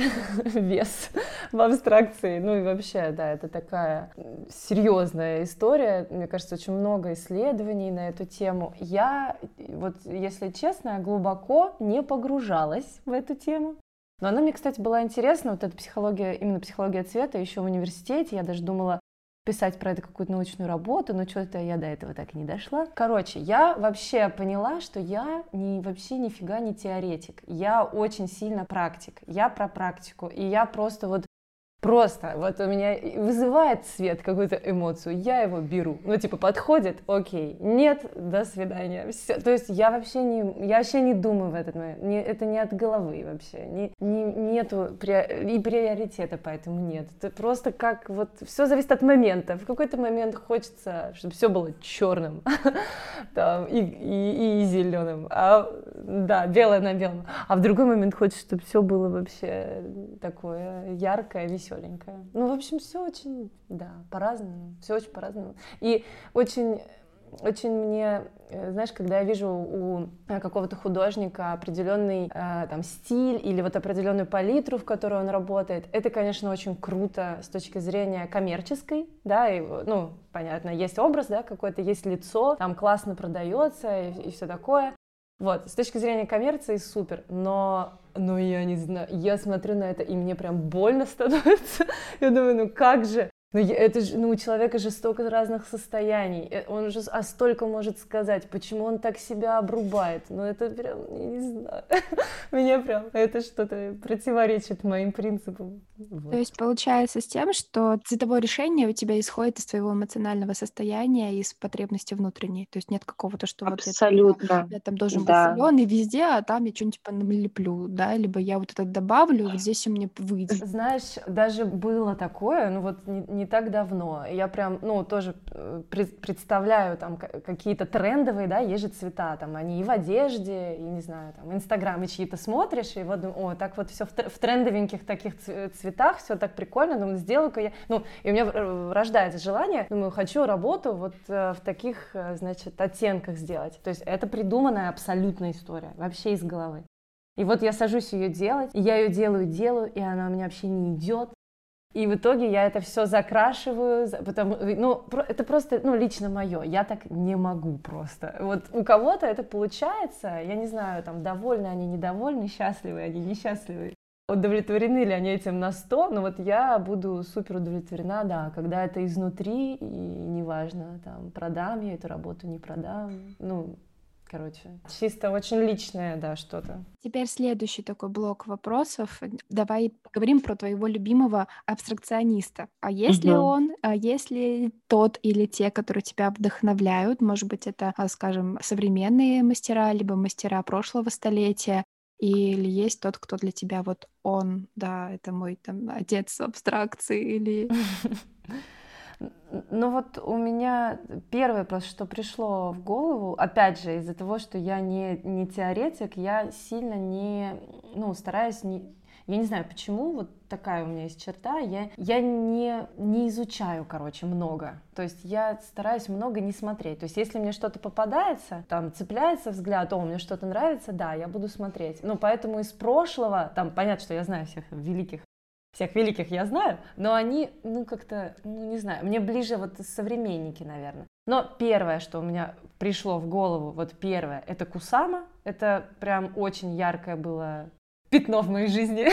вес в абстракции. Ну и вообще, да, это такая серьезная история. Мне кажется, очень много исследований на эту тему. Я, вот, если честно, глубоко не погружалась в эту тему. Но она мне, кстати, была интересна, вот эта психология, именно психология цвета, еще в университете. Я даже думала писать про это какую-то научную работу, но что-то я до этого так и не дошла. Короче, я вообще поняла, что я не, вообще нифига не теоретик. Я очень сильно практик. Я про практику. И я просто вот Просто вот у меня вызывает цвет какую-то эмоцию, я его беру. Ну, типа, подходит, окей, нет, до свидания. Все. То есть я вообще не, я вообще не думаю в этот момент. Не, это не от головы вообще. Не, не, нету и приоритета, поэтому нет. Это просто как вот все зависит от момента. В какой-то момент хочется, чтобы все было черным там, и, и, и зеленым. А, да, белое на белом. А в другой момент хочется, чтобы все было вообще такое яркое, веселое. Ну, в общем, все очень, да, по-разному, все очень по-разному. И очень очень мне, э, знаешь, когда я вижу у э, какого-то художника определенный э, там стиль или вот определенную палитру, в которой он работает, это, конечно, очень круто с точки зрения коммерческой, да, и, ну, понятно, есть образ, да, какой-то, есть лицо, там классно продается и, и все такое. Вот, с точки зрения коммерции супер, но, но я не знаю, я смотрю на это, и мне прям больно становится. Я думаю, ну как же? Ну, я- это же, ну, у человека же столько разных состояний, э, он же а столько может сказать, почему он так себя обрубает. Ну, это прям, я не знаю, меня прям, это что-то противоречит моим принципам. То Вот. есть получается с тем, что цветовое решение у тебя исходит из твоего эмоционального состояния, из потребности внутренней. То есть нет какого-то, что вот я, я, Абсолютно, я там должен быть да. зеленый везде, а там я что-нибудь типа налеплю, да, либо я вот это добавлю, вот здесь у меня выйдет. Знаешь, даже было такое, ну вот не, не так давно. Я прям, ну, тоже э, пред- представляю там к- какие-то трендовые, да, есть же цвета, там они и в одежде, и, не знаю, там, инстаграмы чьи-то смотришь, и вот, думаю, о, так вот все в, тр- в трендовеньких таких ц- цветах, все так прикольно, думаю, сделаю-ка я, ну, и у меня э, рождается желание, думаю, хочу работу вот э, в таких, э, значит, оттенках сделать. То есть это придуманная абсолютная история, вообще из головы. И вот я сажусь ее делать, и я ее делаю, делаю, и она у меня вообще не идет. И в итоге я это все закрашиваю, за- потому, ну, про- это просто, ну, лично мое, я так не могу просто. Вот у кого-то это получается, я не знаю, там, довольны они, недовольны, счастливы они, несчастливы, удовлетворены ли они этим на сто, но вот я буду супер удовлетворена, да, когда это изнутри, и неважно, там, продам я эту работу, не продам, ну, короче, чисто очень личное, да, что-то. Теперь следующий такой блок вопросов. Давай поговорим про твоего любимого абстракциониста. А есть ли Мгм. он, а есть ли тот или те, которые тебя вдохновляют? Может быть, это, а, скажем, современные мастера, либо мастера прошлого столетия, или есть тот, кто для тебя вот он, да, это мой там отец абстракции, или Ну вот у меня первое просто, что пришло в голову, опять же, из-за того, что я не, не теоретик, я сильно не, ну, стараюсь не, я не знаю, почему, вот такая у меня есть черта, я, я не, не изучаю, короче, много, то есть я стараюсь много не смотреть, то есть если мне что-то попадается, там, цепляется взгляд, о, мне что-то нравится, да, я буду смотреть, ну, поэтому из прошлого, там, понятно, что я знаю всех великих, всех великих я знаю, но они, ну, как-то, ну, не знаю, мне ближе вот современники, наверное. Но первое, что у меня пришло в голову, вот первое, это Кусама. Это прям очень яркое было пятно в моей жизни.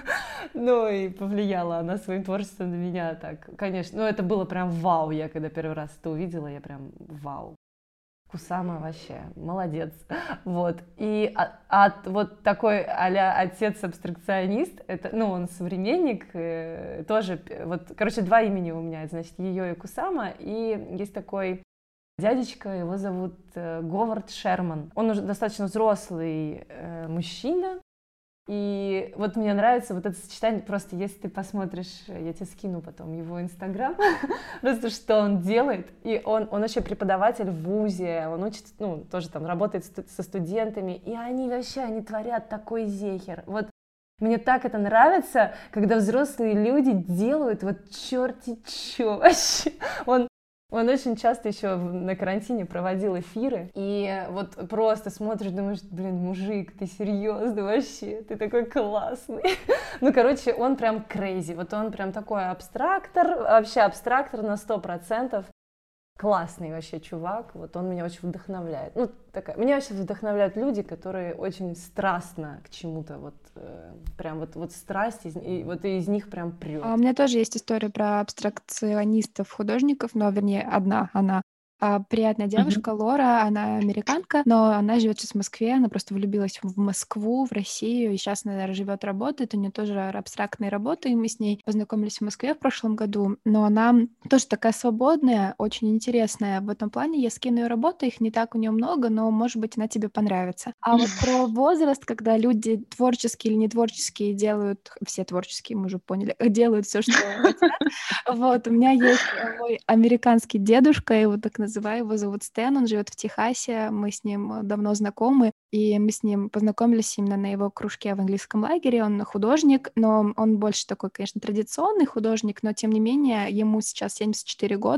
Ну, и повлияла она своим творчеством на меня так, конечно. Ну, это было прям вау, я когда первый раз это увидела, я прям вау. Кусама вообще молодец, вот, и от, от вот такой а-ля отец-абстракционист, это, ну, он современник, э, тоже, п- вот, короче, два имени у меня, значит, ее и Кусама, и есть такой дядечка, его зовут э, Говард Шерман, он уже достаточно взрослый э, мужчина, и вот мне нравится вот это сочетание, просто если ты посмотришь, я тебе скину потом его инстаграм, просто что он делает, и он, он вообще преподаватель в вузе, он учит, ну, тоже там работает сту- со студентами, и они вообще, они творят такой зехер, вот мне так это нравится, когда взрослые люди делают вот черти чё вообще, он он очень часто еще на карантине проводил эфиры, и вот просто смотришь, думаешь, блин, мужик, ты серьезно вообще, ты такой классный. Ну, короче, он прям крейзи, вот он прям такой абстрактор, вообще абстрактор на сто процентов. Классный вообще чувак, вот он меня очень вдохновляет. Ну, такая, меня вообще вдохновляют люди, которые очень страстно к чему-то, вот э, прям вот, вот страсть, из- и вот из них прям А у прет. меня тоже есть история про абстракционистов, художников, но, вернее, одна она. А, приятная Мгм. девушка Лора, она американка, но она живет сейчас в Москве, она просто влюбилась в Москву, в Россию, и сейчас, наверное, живет, работает. У нее тоже абстрактные работы, и мы с ней познакомились в Москве в прошлом году. Но она тоже такая свободная, очень интересная в этом плане. Я скину ее работы, их не так у нее много, но, может быть, она тебе понравится. А вот про возраст, когда люди творческие или не творческие делают, все творческие, мы уже поняли, делают все, что хотят. Вот, у меня есть э, мой американский дедушка, я его так называю, его зовут Стэн, он живет в Техасе, мы с ним э, давно знакомы, и мы с ним познакомились именно на его кружке в английском лагере. Он художник, но он больше такой, конечно, традиционный художник, но тем не менее ему сейчас семьдесят четыре года,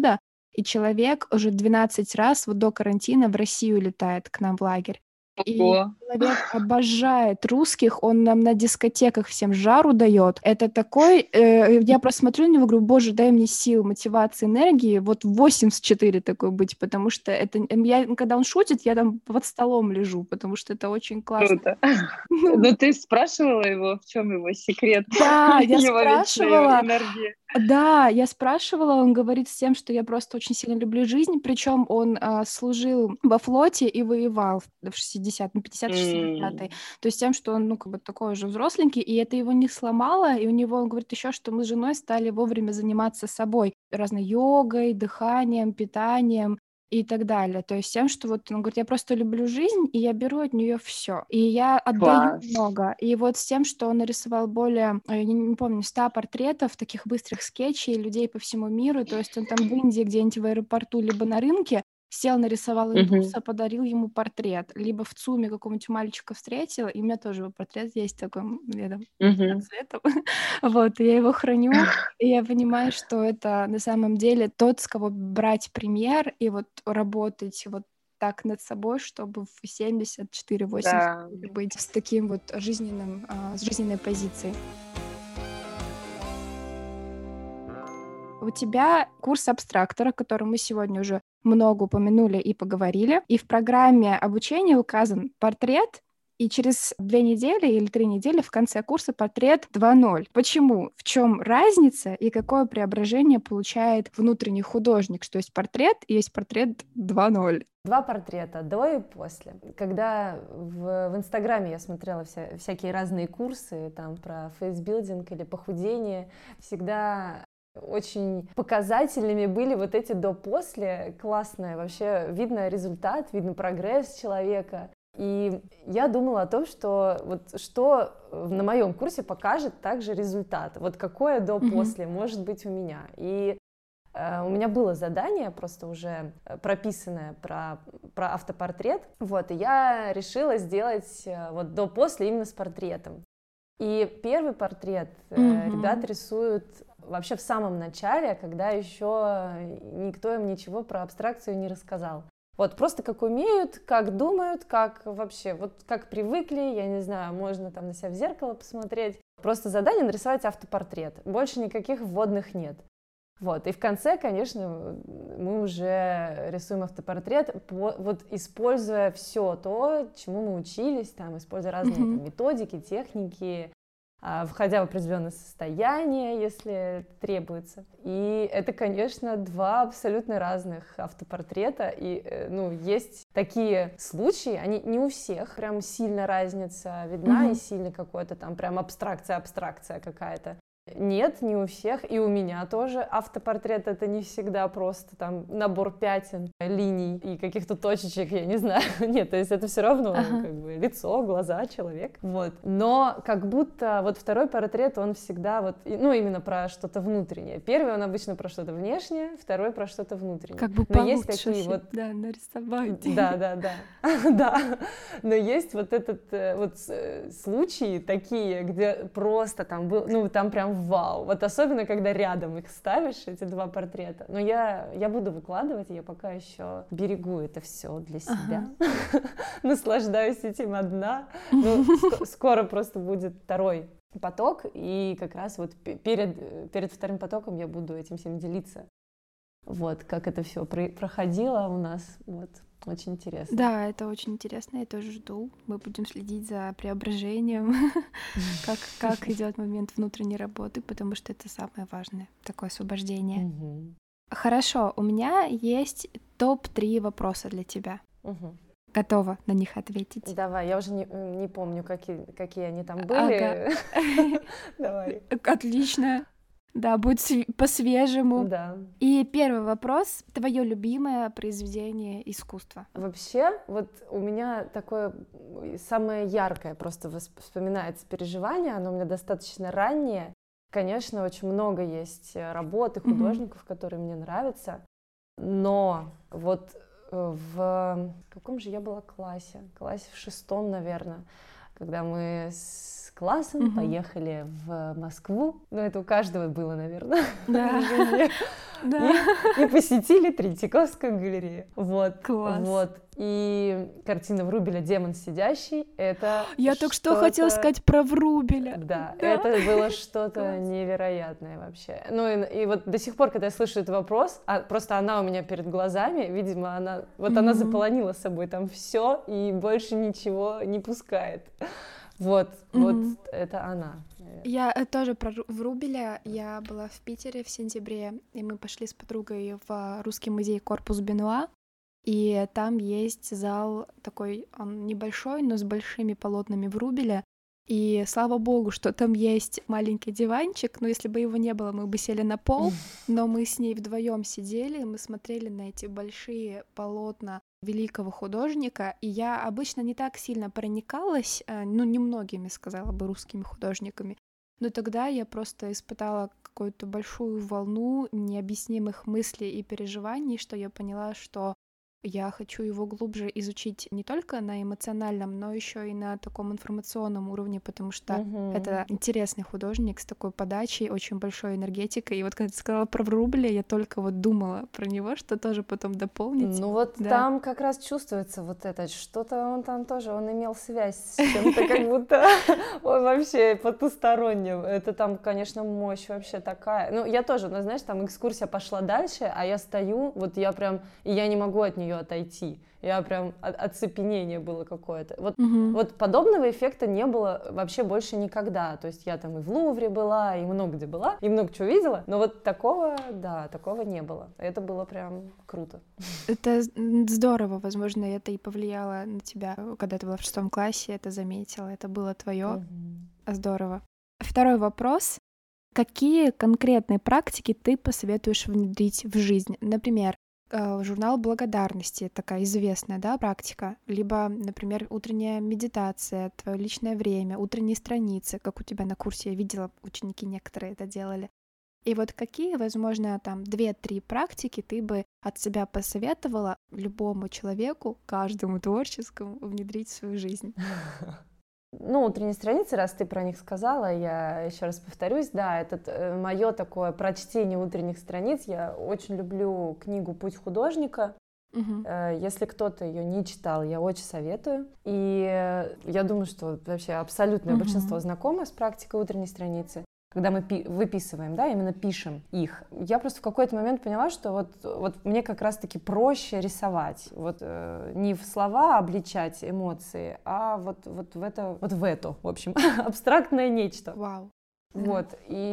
И человек уже двенадцать раз вот до карантина в Россию летает к нам в лагерь. И Ого. человек обожает русских, он нам на дискотеках всем жару дает. Это такой... э, я просто смотрю на него и говорю, боже, дай мне сил, мотивации, энергии, вот в восемьдесят четыре такой быть, потому что это... эм, Я, когда он шутит, я там под столом лежу, потому что это очень классно. Круто. Ну, Ну, ты спрашивала его, в чем его секрет? да, я Его вечной спрашивала. энергии. Да, я спрашивала, он говорит с тем, что я просто очень сильно люблю жизнь, причем он а, служил во флоте и воевал в в шестидесятые, ну, пятидесятые-шестидесятые, М, то есть тем, что он, ну, как бы такой уже взросленький, и это его не сломало, и у него, он говорит еще, что мы с женой стали вовремя заниматься собой, разной йогой, дыханием, питанием и так далее, то есть тем, что вот он говорит, я просто люблю жизнь, и я беру от нее все, и я отдаю Класс. много, и вот с тем, что он нарисовал более, э, я не, не помню, ста портретов, таких быстрых скетчей людей по всему миру, то есть он там в Индии где-нибудь в аэропорту либо на рынке сел, нарисовал Мгм. индуса, подарил ему портрет, либо в ЦУМе какого-нибудь мальчика встретила, и у меня тоже его портрет есть такой, м, я там Мгм. цветом, вот, и я его храню, и я понимаю, что это на самом деле тот, с кого брать пример и вот работать вот так над собой, чтобы в семьдесят четыре восемьдесят Да. быть с таким вот жизненным, а, с жизненной позицией. У тебя курс абстрактора, о котором мы сегодня уже много упомянули и поговорили, и в программе обучения указан портрет, и через две недели или три недели в конце курса портрет два ноль. Почему? В чем разница и какое преображение получает внутренний художник? Что есть портрет и есть портрет два ноль. Два портрета, до и после. Когда в, в Инстаграме я смотрела вся, всякие разные курсы там про фейсбилдинг или похудение, всегда очень показательными были вот эти до-после, классное, вообще видно результат, видно прогресс человека. И я думала о том, что вот что на моем курсе покажет также результат, вот какое до-после может быть у меня. И э, у меня было задание просто уже прописанное про, про автопортрет, вот, и я решила сделать э, вот до-после именно с портретом. И первый портрет э, Мгм. ребят рисуют вообще в самом начале, когда еще никто им ничего про абстракцию не рассказал. Вот просто как умеют, как думают, как вообще, вот как привыкли, я не знаю, можно там на себя в зеркало посмотреть. Просто задание нарисовать автопортрет, больше никаких вводных нет. Вот, и в конце, конечно, мы уже рисуем автопортрет, по, вот используя все то, чему мы учились, там, используя разные Мгм. там, методики, техники, а, входя в определенное состояние, если это требуется. И это, конечно, два абсолютно разных автопортрета. И, э, ну, есть такие случаи, они не у всех прям сильно разница видна, Мгм. и сильно какой-то там прям абстракция-абстракция какая-то. Нет, не у всех, и у меня тоже автопортрет — это не всегда просто там набор пятен, линий и каких-то точечек, я не знаю. Нет, то есть это все равно Ага. как бы лицо, глаза, человек. Вот. Но как будто вот второй портрет, он всегда вот, и- ну, именно про что-то внутреннее. Первый, он обычно про что-то внешнее, второй про что-то внутреннее. Как бы Но есть получше такие все, вот да, нарисовать. да, да, да, да. Но есть вот этот э, вот с- э, случаи такие, где просто там был, ну там прям вау. Вот особенно когда рядом их ставишь, эти два портрета. Но я я буду выкладывать, я пока еще берегу это все для себя, наслаждаюсь этим одна. Ну, ск- скоро просто будет второй поток, и как раз вот пе- перед э, перед вторым потоком я буду этим всем делиться. Вот, как это все проходило у нас, вот, очень интересно. Да, это очень интересно, я тоже жду. Мы будем следить за преображением, как, как идет момент внутренней работы, потому что это самое важное, такое освобождение. Мгм. Хорошо, у меня есть топ три вопроса для тебя. Мгм. Готова на них ответить? Давай, я уже не, не помню, какие, какие они там Ага. были. Давай. Отлично. Да, будет св- по-свежему. Да. И первый вопрос. Твое любимое произведение искусства? Вообще, вот у меня такое м, самое яркое просто восп- вспоминается переживание, оно у меня достаточно раннее. Конечно, очень много есть э, работ и Мгм. художников, которые мне нравятся, но вот э, в каком же я была классе? Классе в шестом, наверное. когда мы с классом Мгм. поехали в Москву. Ну, это у каждого было, наверное, Да. в жизни. Да. И, и посетили Третьяковскую галерею. Вот. Класс. Вот. И картина Врубеля «Демон сидящий» — это Я только что хотела что-то- сказать про Врубеля. Да, Да. это было что-то Класс. невероятное вообще. Ну и, и вот до сих пор, когда я слышу этот вопрос, а просто она у меня перед глазами, видимо, она вот она Мгм. заполонила собой там все и больше ничего не пускает. Вот, Мгм. вот это она. наверное. Я э, тоже про Ру- Врубеля. Я была в Питере в сентябре, и мы пошли с подругой в Русский музей Корпус Бенуа. И там есть зал такой, он небольшой, но с большими полотнами Врубеля. И слава богу, что там есть маленький диванчик, но если бы его не было, мы бы сели на пол, но мы с ней вдвоем сидели, мы смотрели на эти большие полотна великого художника, и я обычно не так сильно проникалась, э, ну, немногими, сказала бы, русскими художниками, но тогда я просто испытала какую-то большую волну необъяснимых мыслей и переживаний, что я поняла, что я хочу его глубже изучить не только на эмоциональном, но еще и на таком информационном уровне, потому что Мгм. это интересный художник с такой подачей, очень большой энергетикой. И вот когда ты сказала про Врубеля, я только вот думала про него, что тоже потом дополнить. Ну вот Да. там как раз чувствуется вот это, что-то он там тоже, он имел связь с чем-то, как будто он вообще потусторонним. Это там, конечно, мощь вообще такая. Ну, я тоже, ну, знаешь, там экскурсия пошла дальше, а я стою, вот я прям, и я не могу от нее отойти. Я прям, о- оцепенение было какое-то. Вот Мгм. Вот подобного эффекта не было вообще больше никогда. То есть я там и в Лувре была, и много где была, и много чего видела, но вот такого, да, такого не было. Это было прям круто. Это з- м, здорово, возможно, это и повлияло на тебя, когда ты была в шестом классе, это заметила, это было твое. Мгм. Здорово. Второй вопрос. Какие конкретные практики ты посоветуешь внедрить в жизнь? Например, э, журнал благодарности, такая известная, да, практика, либо, например, утренняя медитация, твое личное время, утренние страницы, как у тебя на курсе, я видела, ученики некоторые это делали. И вот какие, возможно, там две-три практики ты бы от себя посоветовала любому человеку, каждому творческому внедрить в свою жизнь? Ну, утренние страницы, раз ты про них сказала, я еще раз повторюсь, да, это мое такое прочтение утренних страниц. Я очень люблю книгу «Путь художника». Мгм. Э, Если кто-то ее не читал, я очень советую. И э, я думаю, что вообще абсолютное Мгм. большинство знакомо с практикой утренней страницы. Когда мы пи- выписываем, да, именно пишем их. Я просто в какой-то момент поняла, что вот, вот мне как раз-таки проще рисовать. Вот э, не в слова обличать эмоции, а вот, вот в это, вот в это, в общем, абстрактное нечто. Вау. Вот,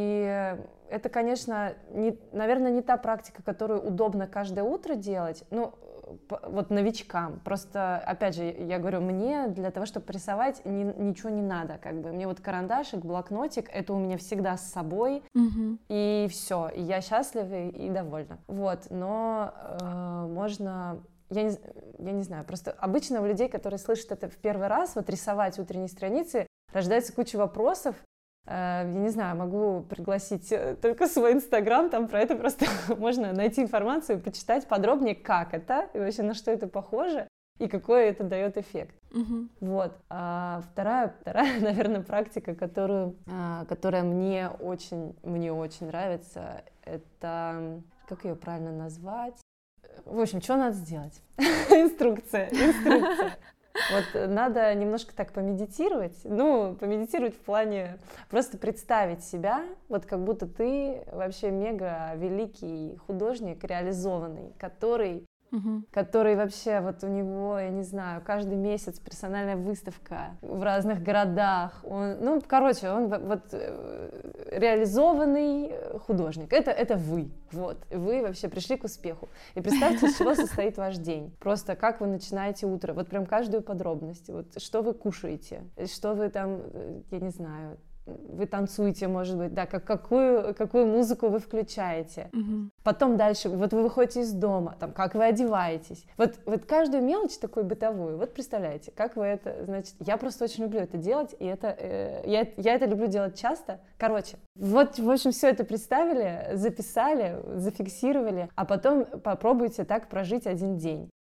и это, конечно, не, наверное, не та практика, которую удобно каждое утро делать, ну, п- вот новичкам. Просто, опять же, я говорю, мне для того, чтобы рисовать, ни- ничего не надо, как бы. Мне вот карандашик, блокнотик, это у меня всегда с собой, Мгм. и все, и я счастлива и, и довольна. Вот, но э, можно... Я не, з- я не знаю, просто обычно у людей, которые слышат это в первый раз, вот рисовать утренние страницы, рождается куча вопросов. Э, Я не знаю, могу пригласить э, только свой инстаграм, там про это просто можно найти информацию, почитать подробнее, как это, и вообще на что это похоже, и какой это дает эффект. Мгм. Вот. А вторая, вторая, наверное, практика, которую, а, которая мне очень, мне очень нравится, это, как ее правильно назвать? В общем, что надо сделать? Инструкция, инструкция. Вот надо немножко так помедитировать, ну, помедитировать в плане просто представить себя, вот как будто ты вообще мега великий художник, реализованный, который Мгм. который вообще вот у него, я не знаю, каждый месяц персональная выставка в разных городах. Он, ну, короче, он в- вот э, реализованный художник. Это, это вы, вот. Вы вообще пришли к успеху. И представьте, из чего состоит ваш день. Просто как вы начинаете утро. Вот прям каждую подробность. Вот что вы кушаете, что вы там, э, я не знаю, вы танцуете, может быть, да, как, какую, какую музыку вы включаете. Мгм. Потом дальше, вот вы выходите из дома, там, как вы одеваетесь. Вот, вот каждую мелочь такую бытовую, вот представляете, как вы это, значит, я просто очень люблю это делать, и это, э, я, я это люблю делать часто. Короче, вот, в общем, все это представили, записали, зафиксировали, а потом попробуйте так прожить один день.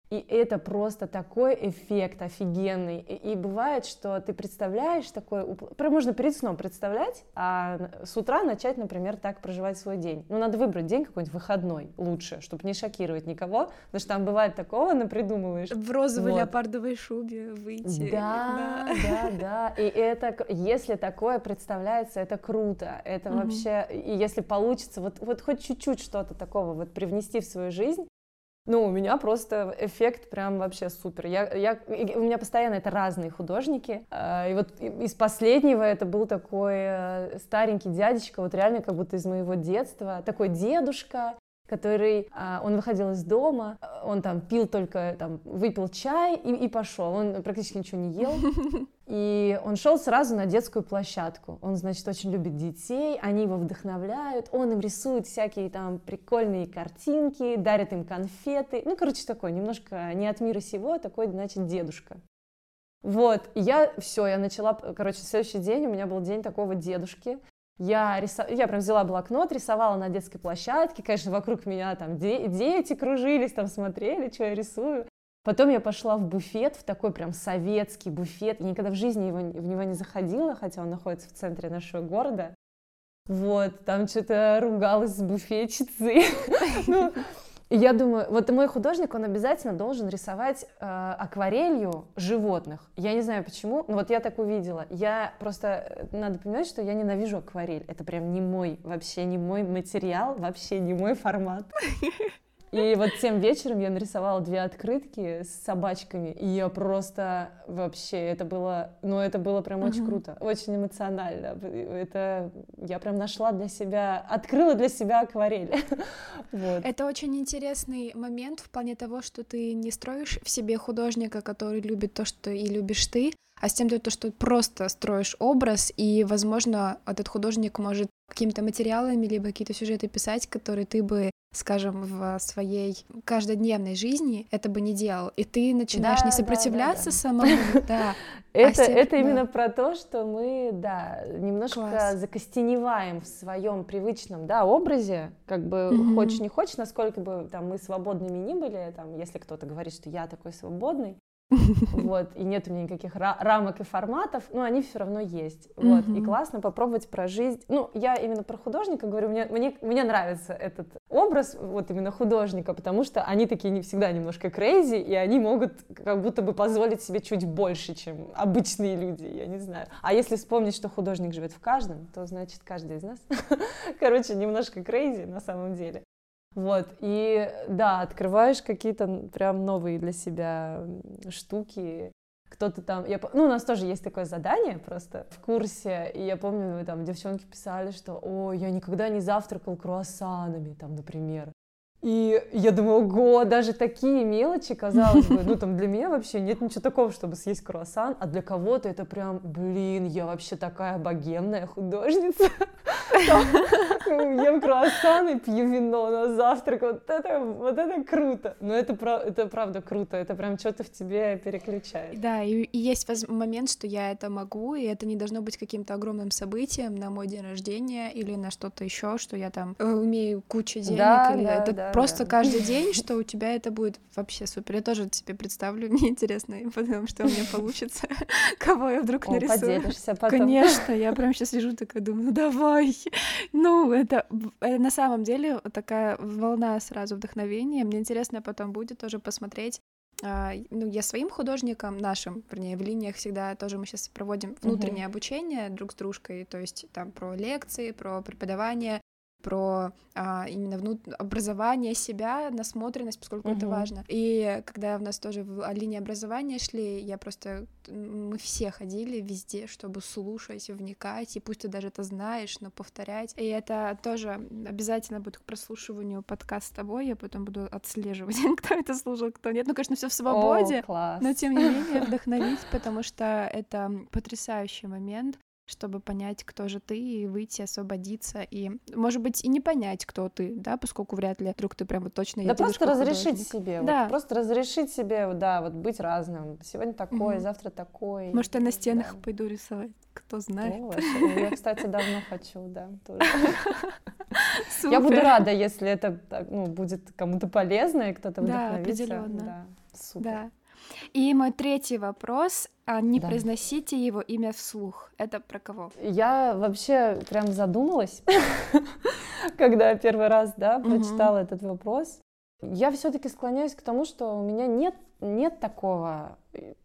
И это просто такой эффект офигенный. И, и бывает, что ты представляешь такой... Прям можно перед сном представлять, а с утра начать, например, так проживать свой день. Ну, надо выбрать день какой-нибудь выходной лучше, чтобы не шокировать никого, потому что там бывает такого, напридумываешь. В розовой вот. леопардовой шубе выйти. Да, да, да, да. И это, если такое представляется, это круто. Это mm-hmm. вообще... И если получится, вот, вот хоть чуть-чуть что-то такого вот привнести в свою жизнь, ну, у меня просто эффект прям вообще супер. Я, я, у меня постоянно это разные художники. И вот из последнего это был такой старенький дядечка, вот реально как будто из моего детства. Такой дедушка, который, он выходил из дома, он там пил только, там, выпил чай и, и пошел. Он практически ничего не ел. И он шел сразу на детскую площадку. Он, значит, очень любит детей, они его вдохновляют, он им рисует всякие там прикольные картинки, дарит им конфеты. Ну, короче, такой немножко не от мира сего, такой, значит, дедушка. Вот, и я, все, я начала, короче, следующий день у меня был день такого дедушки. Я, рисов... я прям взяла блокнот, рисовала на детской площадке, конечно, вокруг меня там де... дети кружились, там смотрели, что я рисую. Потом я пошла в буфет, в такой прям советский буфет. Я никогда в жизни его, в него не заходила, хотя он находится в центре нашего города. Вот, там что-то ругалась с буфетчицей. Ну, я думаю, вот мой художник, он обязательно должен рисовать э, акварелью животных. Я не знаю почему, но вот я так увидела. Я просто, надо понимать, что я ненавижу акварель. Это прям не мой, вообще не мой материал, вообще не мой формат. И вот тем вечером я нарисовала две открытки с собачками, и я просто вообще, это было, ну это было прям очень uh-huh. круто, очень эмоционально. Это я прям нашла для себя, открыла для себя акварель. Вот. Это очень интересный момент в плане того, что ты не строишь в себе художника, который любит то, что и любишь ты, а с тем, то, что просто строишь образ, и, возможно, этот художник может какими-то материалами либо какие-то сюжеты писать, которые ты бы, скажем, в своей каждодневной жизни это бы не делал, и ты начинаешь да, не сопротивляться да, да, самому, да. Это, а это да. именно про то, что мы, да, немножко Класс. закостеневаем в своем привычном, да, образе, как бы mm-hmm. хочешь не хочешь, насколько бы там мы свободными ни были, там, если кто-то говорит, что я такой свободный, вот, и нет у меня никаких ра- рамок и форматов, но они все равно есть, вот, mm-hmm. и классно попробовать прожить, ну, я именно про художника говорю, мне, мне, мне нравится этот образ, вот именно художника, потому что они такие не всегда немножко crazy, и они могут как будто бы позволить себе чуть больше, чем обычные люди, я не знаю, а если вспомнить, что художник живет в каждом, то значит каждый из нас, короче, немножко crazy на самом деле. Вот, и да, открываешь какие-то прям новые для себя штуки. Кто-то там, я, ну, у нас тоже есть такое задание просто в курсе, и я помню, там девчонки писали, что, ой, я никогда не завтракал круассанами, там, например. И я думаю, ого, даже такие мелочи, казалось бы, ну, там, для меня вообще нет ничего такого, чтобы съесть круассан, а для кого-то это прям, блин, я вообще такая богемная художница. Ем круассаны, пью вино на завтрак, вот это, вот это круто. Но это, это правда круто, это прям что-то в тебе переключает. Да, и, и есть момент, что я это могу, и это не должно быть каким-то огромным событием на мой день рождения или на что-то еще, что я там э, умею кучу денег, да, или да, это да, просто да. каждый день, что у тебя это будет вообще супер. Я тоже себе представлю, мне интересно, потому что у меня получится, кого я вдруг нарисую. Поделишься потом. Конечно, я прям сейчас лежу такая, думаю, ну давай. Ну, это, это на самом деле такая волна сразу вдохновения. Мне интересно потом будет тоже посмотреть. А, ну, я своим художникам, нашим, вернее, в линиях всегда тоже мы сейчас проводим внутреннее uh-huh. обучение друг с дружкой, то есть там про лекции, про преподавание, про а, именно внут... образование себя, насмотренность, поскольку uh-huh. это важно. И когда у нас тоже в линии образования шли, я просто... Мы все ходили везде, чтобы слушать, вникать, и пусть ты даже это знаешь, но повторять. И это тоже обязательно будет к прослушиванию подкаст с тобой, я потом буду отслеживать, кто это слушал, кто нет. Ну, конечно, все в свободе, О, но тем не менее вдохновить, потому что это потрясающий момент, чтобы понять, кто же ты, и выйти, освободиться, и, может быть, и не понять, кто ты, да, поскольку вряд ли вдруг ты прям вот точно... Да просто разрешить художник. себе, да. вот, просто разрешить себе, да, вот быть разным. Сегодня такой, угу. завтра такой. Может, я на стенах да. пойду рисовать, кто знает. О, я, кстати, давно хочу, да, тоже. Я буду рада, если это ну, будет кому-то полезно, и кто-то вдохновится. Да, определенно. Да. Супер. Да. И мой третий вопрос. А не Да. произносите его имя вслух. Это про кого? Я вообще прям задумалась, когда первый раз, да, Мгм. прочитала этот вопрос. Я все-таки склоняюсь к тому, что у меня нет, нет такого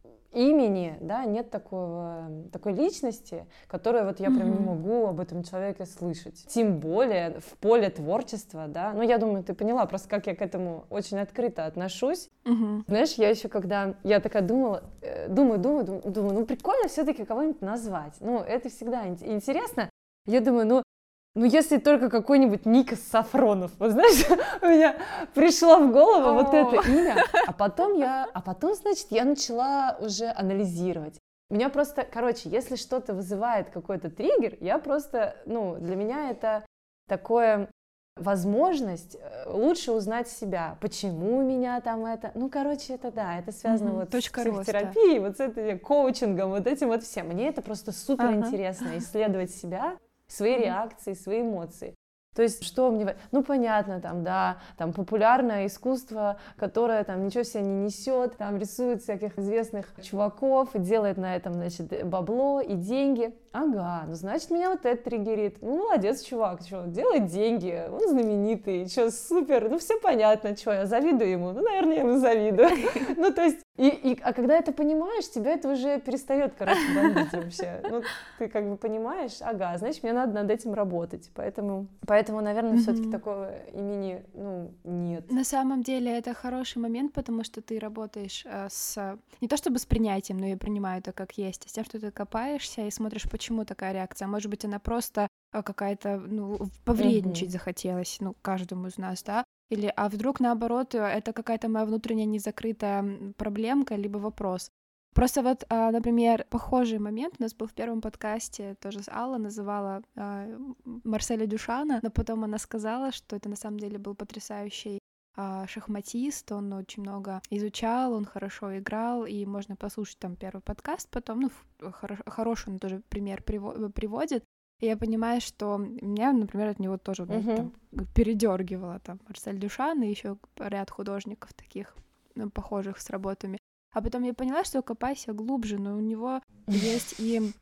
имени, да, нет такого, такой личности, которой вот я прям не Мгм. могу об этом человеке слышать. Тем более в поле творчества, да. Ну, я думаю, ты поняла, просто как я к этому очень открыто отношусь. Мгм. Знаешь, я еще когда, я такая думала, э, думаю, думаю, думаю, думаю, ну прикольно все-таки кого-нибудь назвать. Ну, это всегда ин- интересно. Я думаю, ну, ну если только какой-нибудь Никос Сафронов, вот знаешь, у меня пришло в голову вот О. это имя, а потом я, а потом, значит, я начала уже анализировать. Меня просто, короче, если что-то вызывает какой-то триггер, я просто, ну, для меня это такое возможность э, лучше узнать себя, почему у меня там это, ну, короче, это да, это связано Мгм. вот Точка с роста. психотерапией, вот с этим коучингом, вот этим вот всем. Мне это просто супер Ага. интересно исследовать себя, свои Мгм. реакции, свои эмоции. То есть, что мне... в- Ну, понятно, там, да, там, популярное искусство, которое, там, ничего себе не несет, там, рисует всяких известных чуваков и делает на этом, значит, бабло и деньги. Ага, ну, значит, меня вот это триггерит. Ну, молодец, чувак, что, делает деньги, он знаменитый, что, супер, ну, все понятно, что, я завидую ему, ну, наверное, я ему завидую. Ну, то есть, и, и, а когда это понимаешь, тебя это уже перестает, короче, бомбить вообще. Ну, ты как бы понимаешь, ага, значит, мне надо над этим работать, поэтому... Поэтому, наверное, все-таки Мгм. такого имени, ну, нет. На самом деле это хороший момент, потому что ты работаешь э, с не то чтобы с принятием, но я принимаю это как есть, а с тем, что ты копаешься и смотришь, почему такая реакция. Может быть, она просто э, какая-то, ну, в- повредничать Мгм. захотелось, ну, каждому из нас, да? Или, а вдруг наоборот, э, это какая-то моя внутренняя незакрытая м, проблемка, либо вопрос. Просто вот, а, например, похожий момент у нас был в первом подкасте, тоже с Алла называла а, м, Марселя Дюшана, но потом она сказала, что это на самом деле был потрясающий а, шахматист, он очень много изучал, он хорошо играл, и можно послушать там первый подкаст потом, ну, ф- хоро- хороший он тоже пример приво- приводит, и я понимаю, что меня, например, от него тоже ну, Мгм. там, передергивало там Марсель Дюшан и еще ряд художников таких ну, похожих с работами. А потом я поняла, что копайся глубже, но у него есть и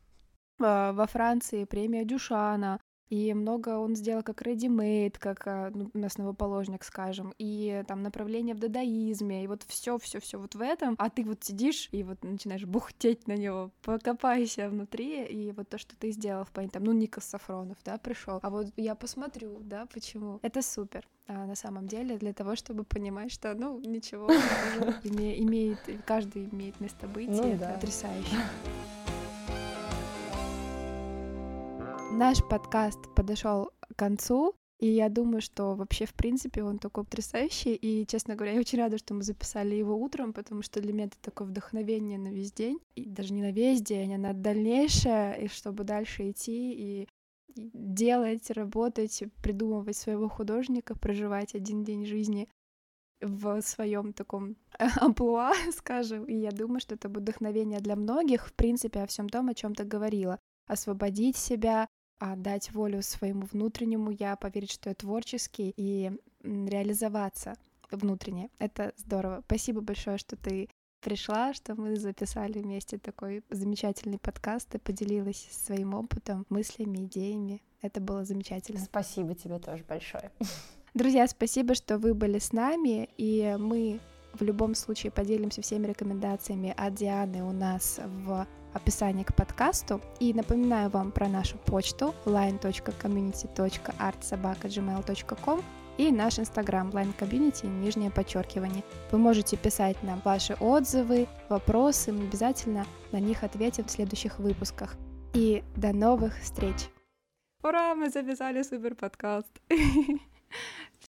а, во Франции премия Дюшана, и много он сделал как ready-made, как а, ну, основоположник, скажем, и там направление в дадаизме, и вот все, все, все вот в этом, а ты вот сидишь и вот начинаешь бухтеть на него, покопайся внутри, и вот то, что ты сделал в плане там, ну, Никос Сафронов, да, пришел, а вот я посмотрю, да, почему. Это супер. А, на самом деле, для того, чтобы понимать, что, ну, ничего, тоже име- имеет, каждый имеет место быть, Ну и это да. потрясающе. Наш подкаст подошел к концу, и я думаю, что вообще, в принципе, он такой потрясающий, и, честно говоря, я очень рада, что мы записали его утром, потому что для меня это такое вдохновение на весь день, и даже не на весь день, а на дальнейшее, и чтобы дальше идти и и делать, работать, придумывать своего художника, проживать один день жизни в своем таком амплуа, скажем. И я думаю, что это будет вдохновение для многих, в принципе, о всем том, о чем ты говорила. Освободить себя, а, дать волю своему внутреннему я, поверить, что я творческий, и м, реализоваться внутренне. Это здорово. Спасибо большое, что ты пришла, что мы записали вместе такой замечательный подкаст и поделилась своим опытом, мыслями, идеями. Это было замечательно. Спасибо тебе тоже большое. Друзья, спасибо, что вы были с нами, и мы в любом случае поделимся всеми рекомендациями от Дианы у нас в описании к подкасту. И напоминаю вам про нашу почту line точка community точка art собака gmail точка com и наш инстаграм line.community, нижнее подчеркивание. Вы можете писать нам ваши отзывы, вопросы, мы обязательно на них ответим в следующих выпусках. И до новых встреч! Ура, мы записали супер подкаст!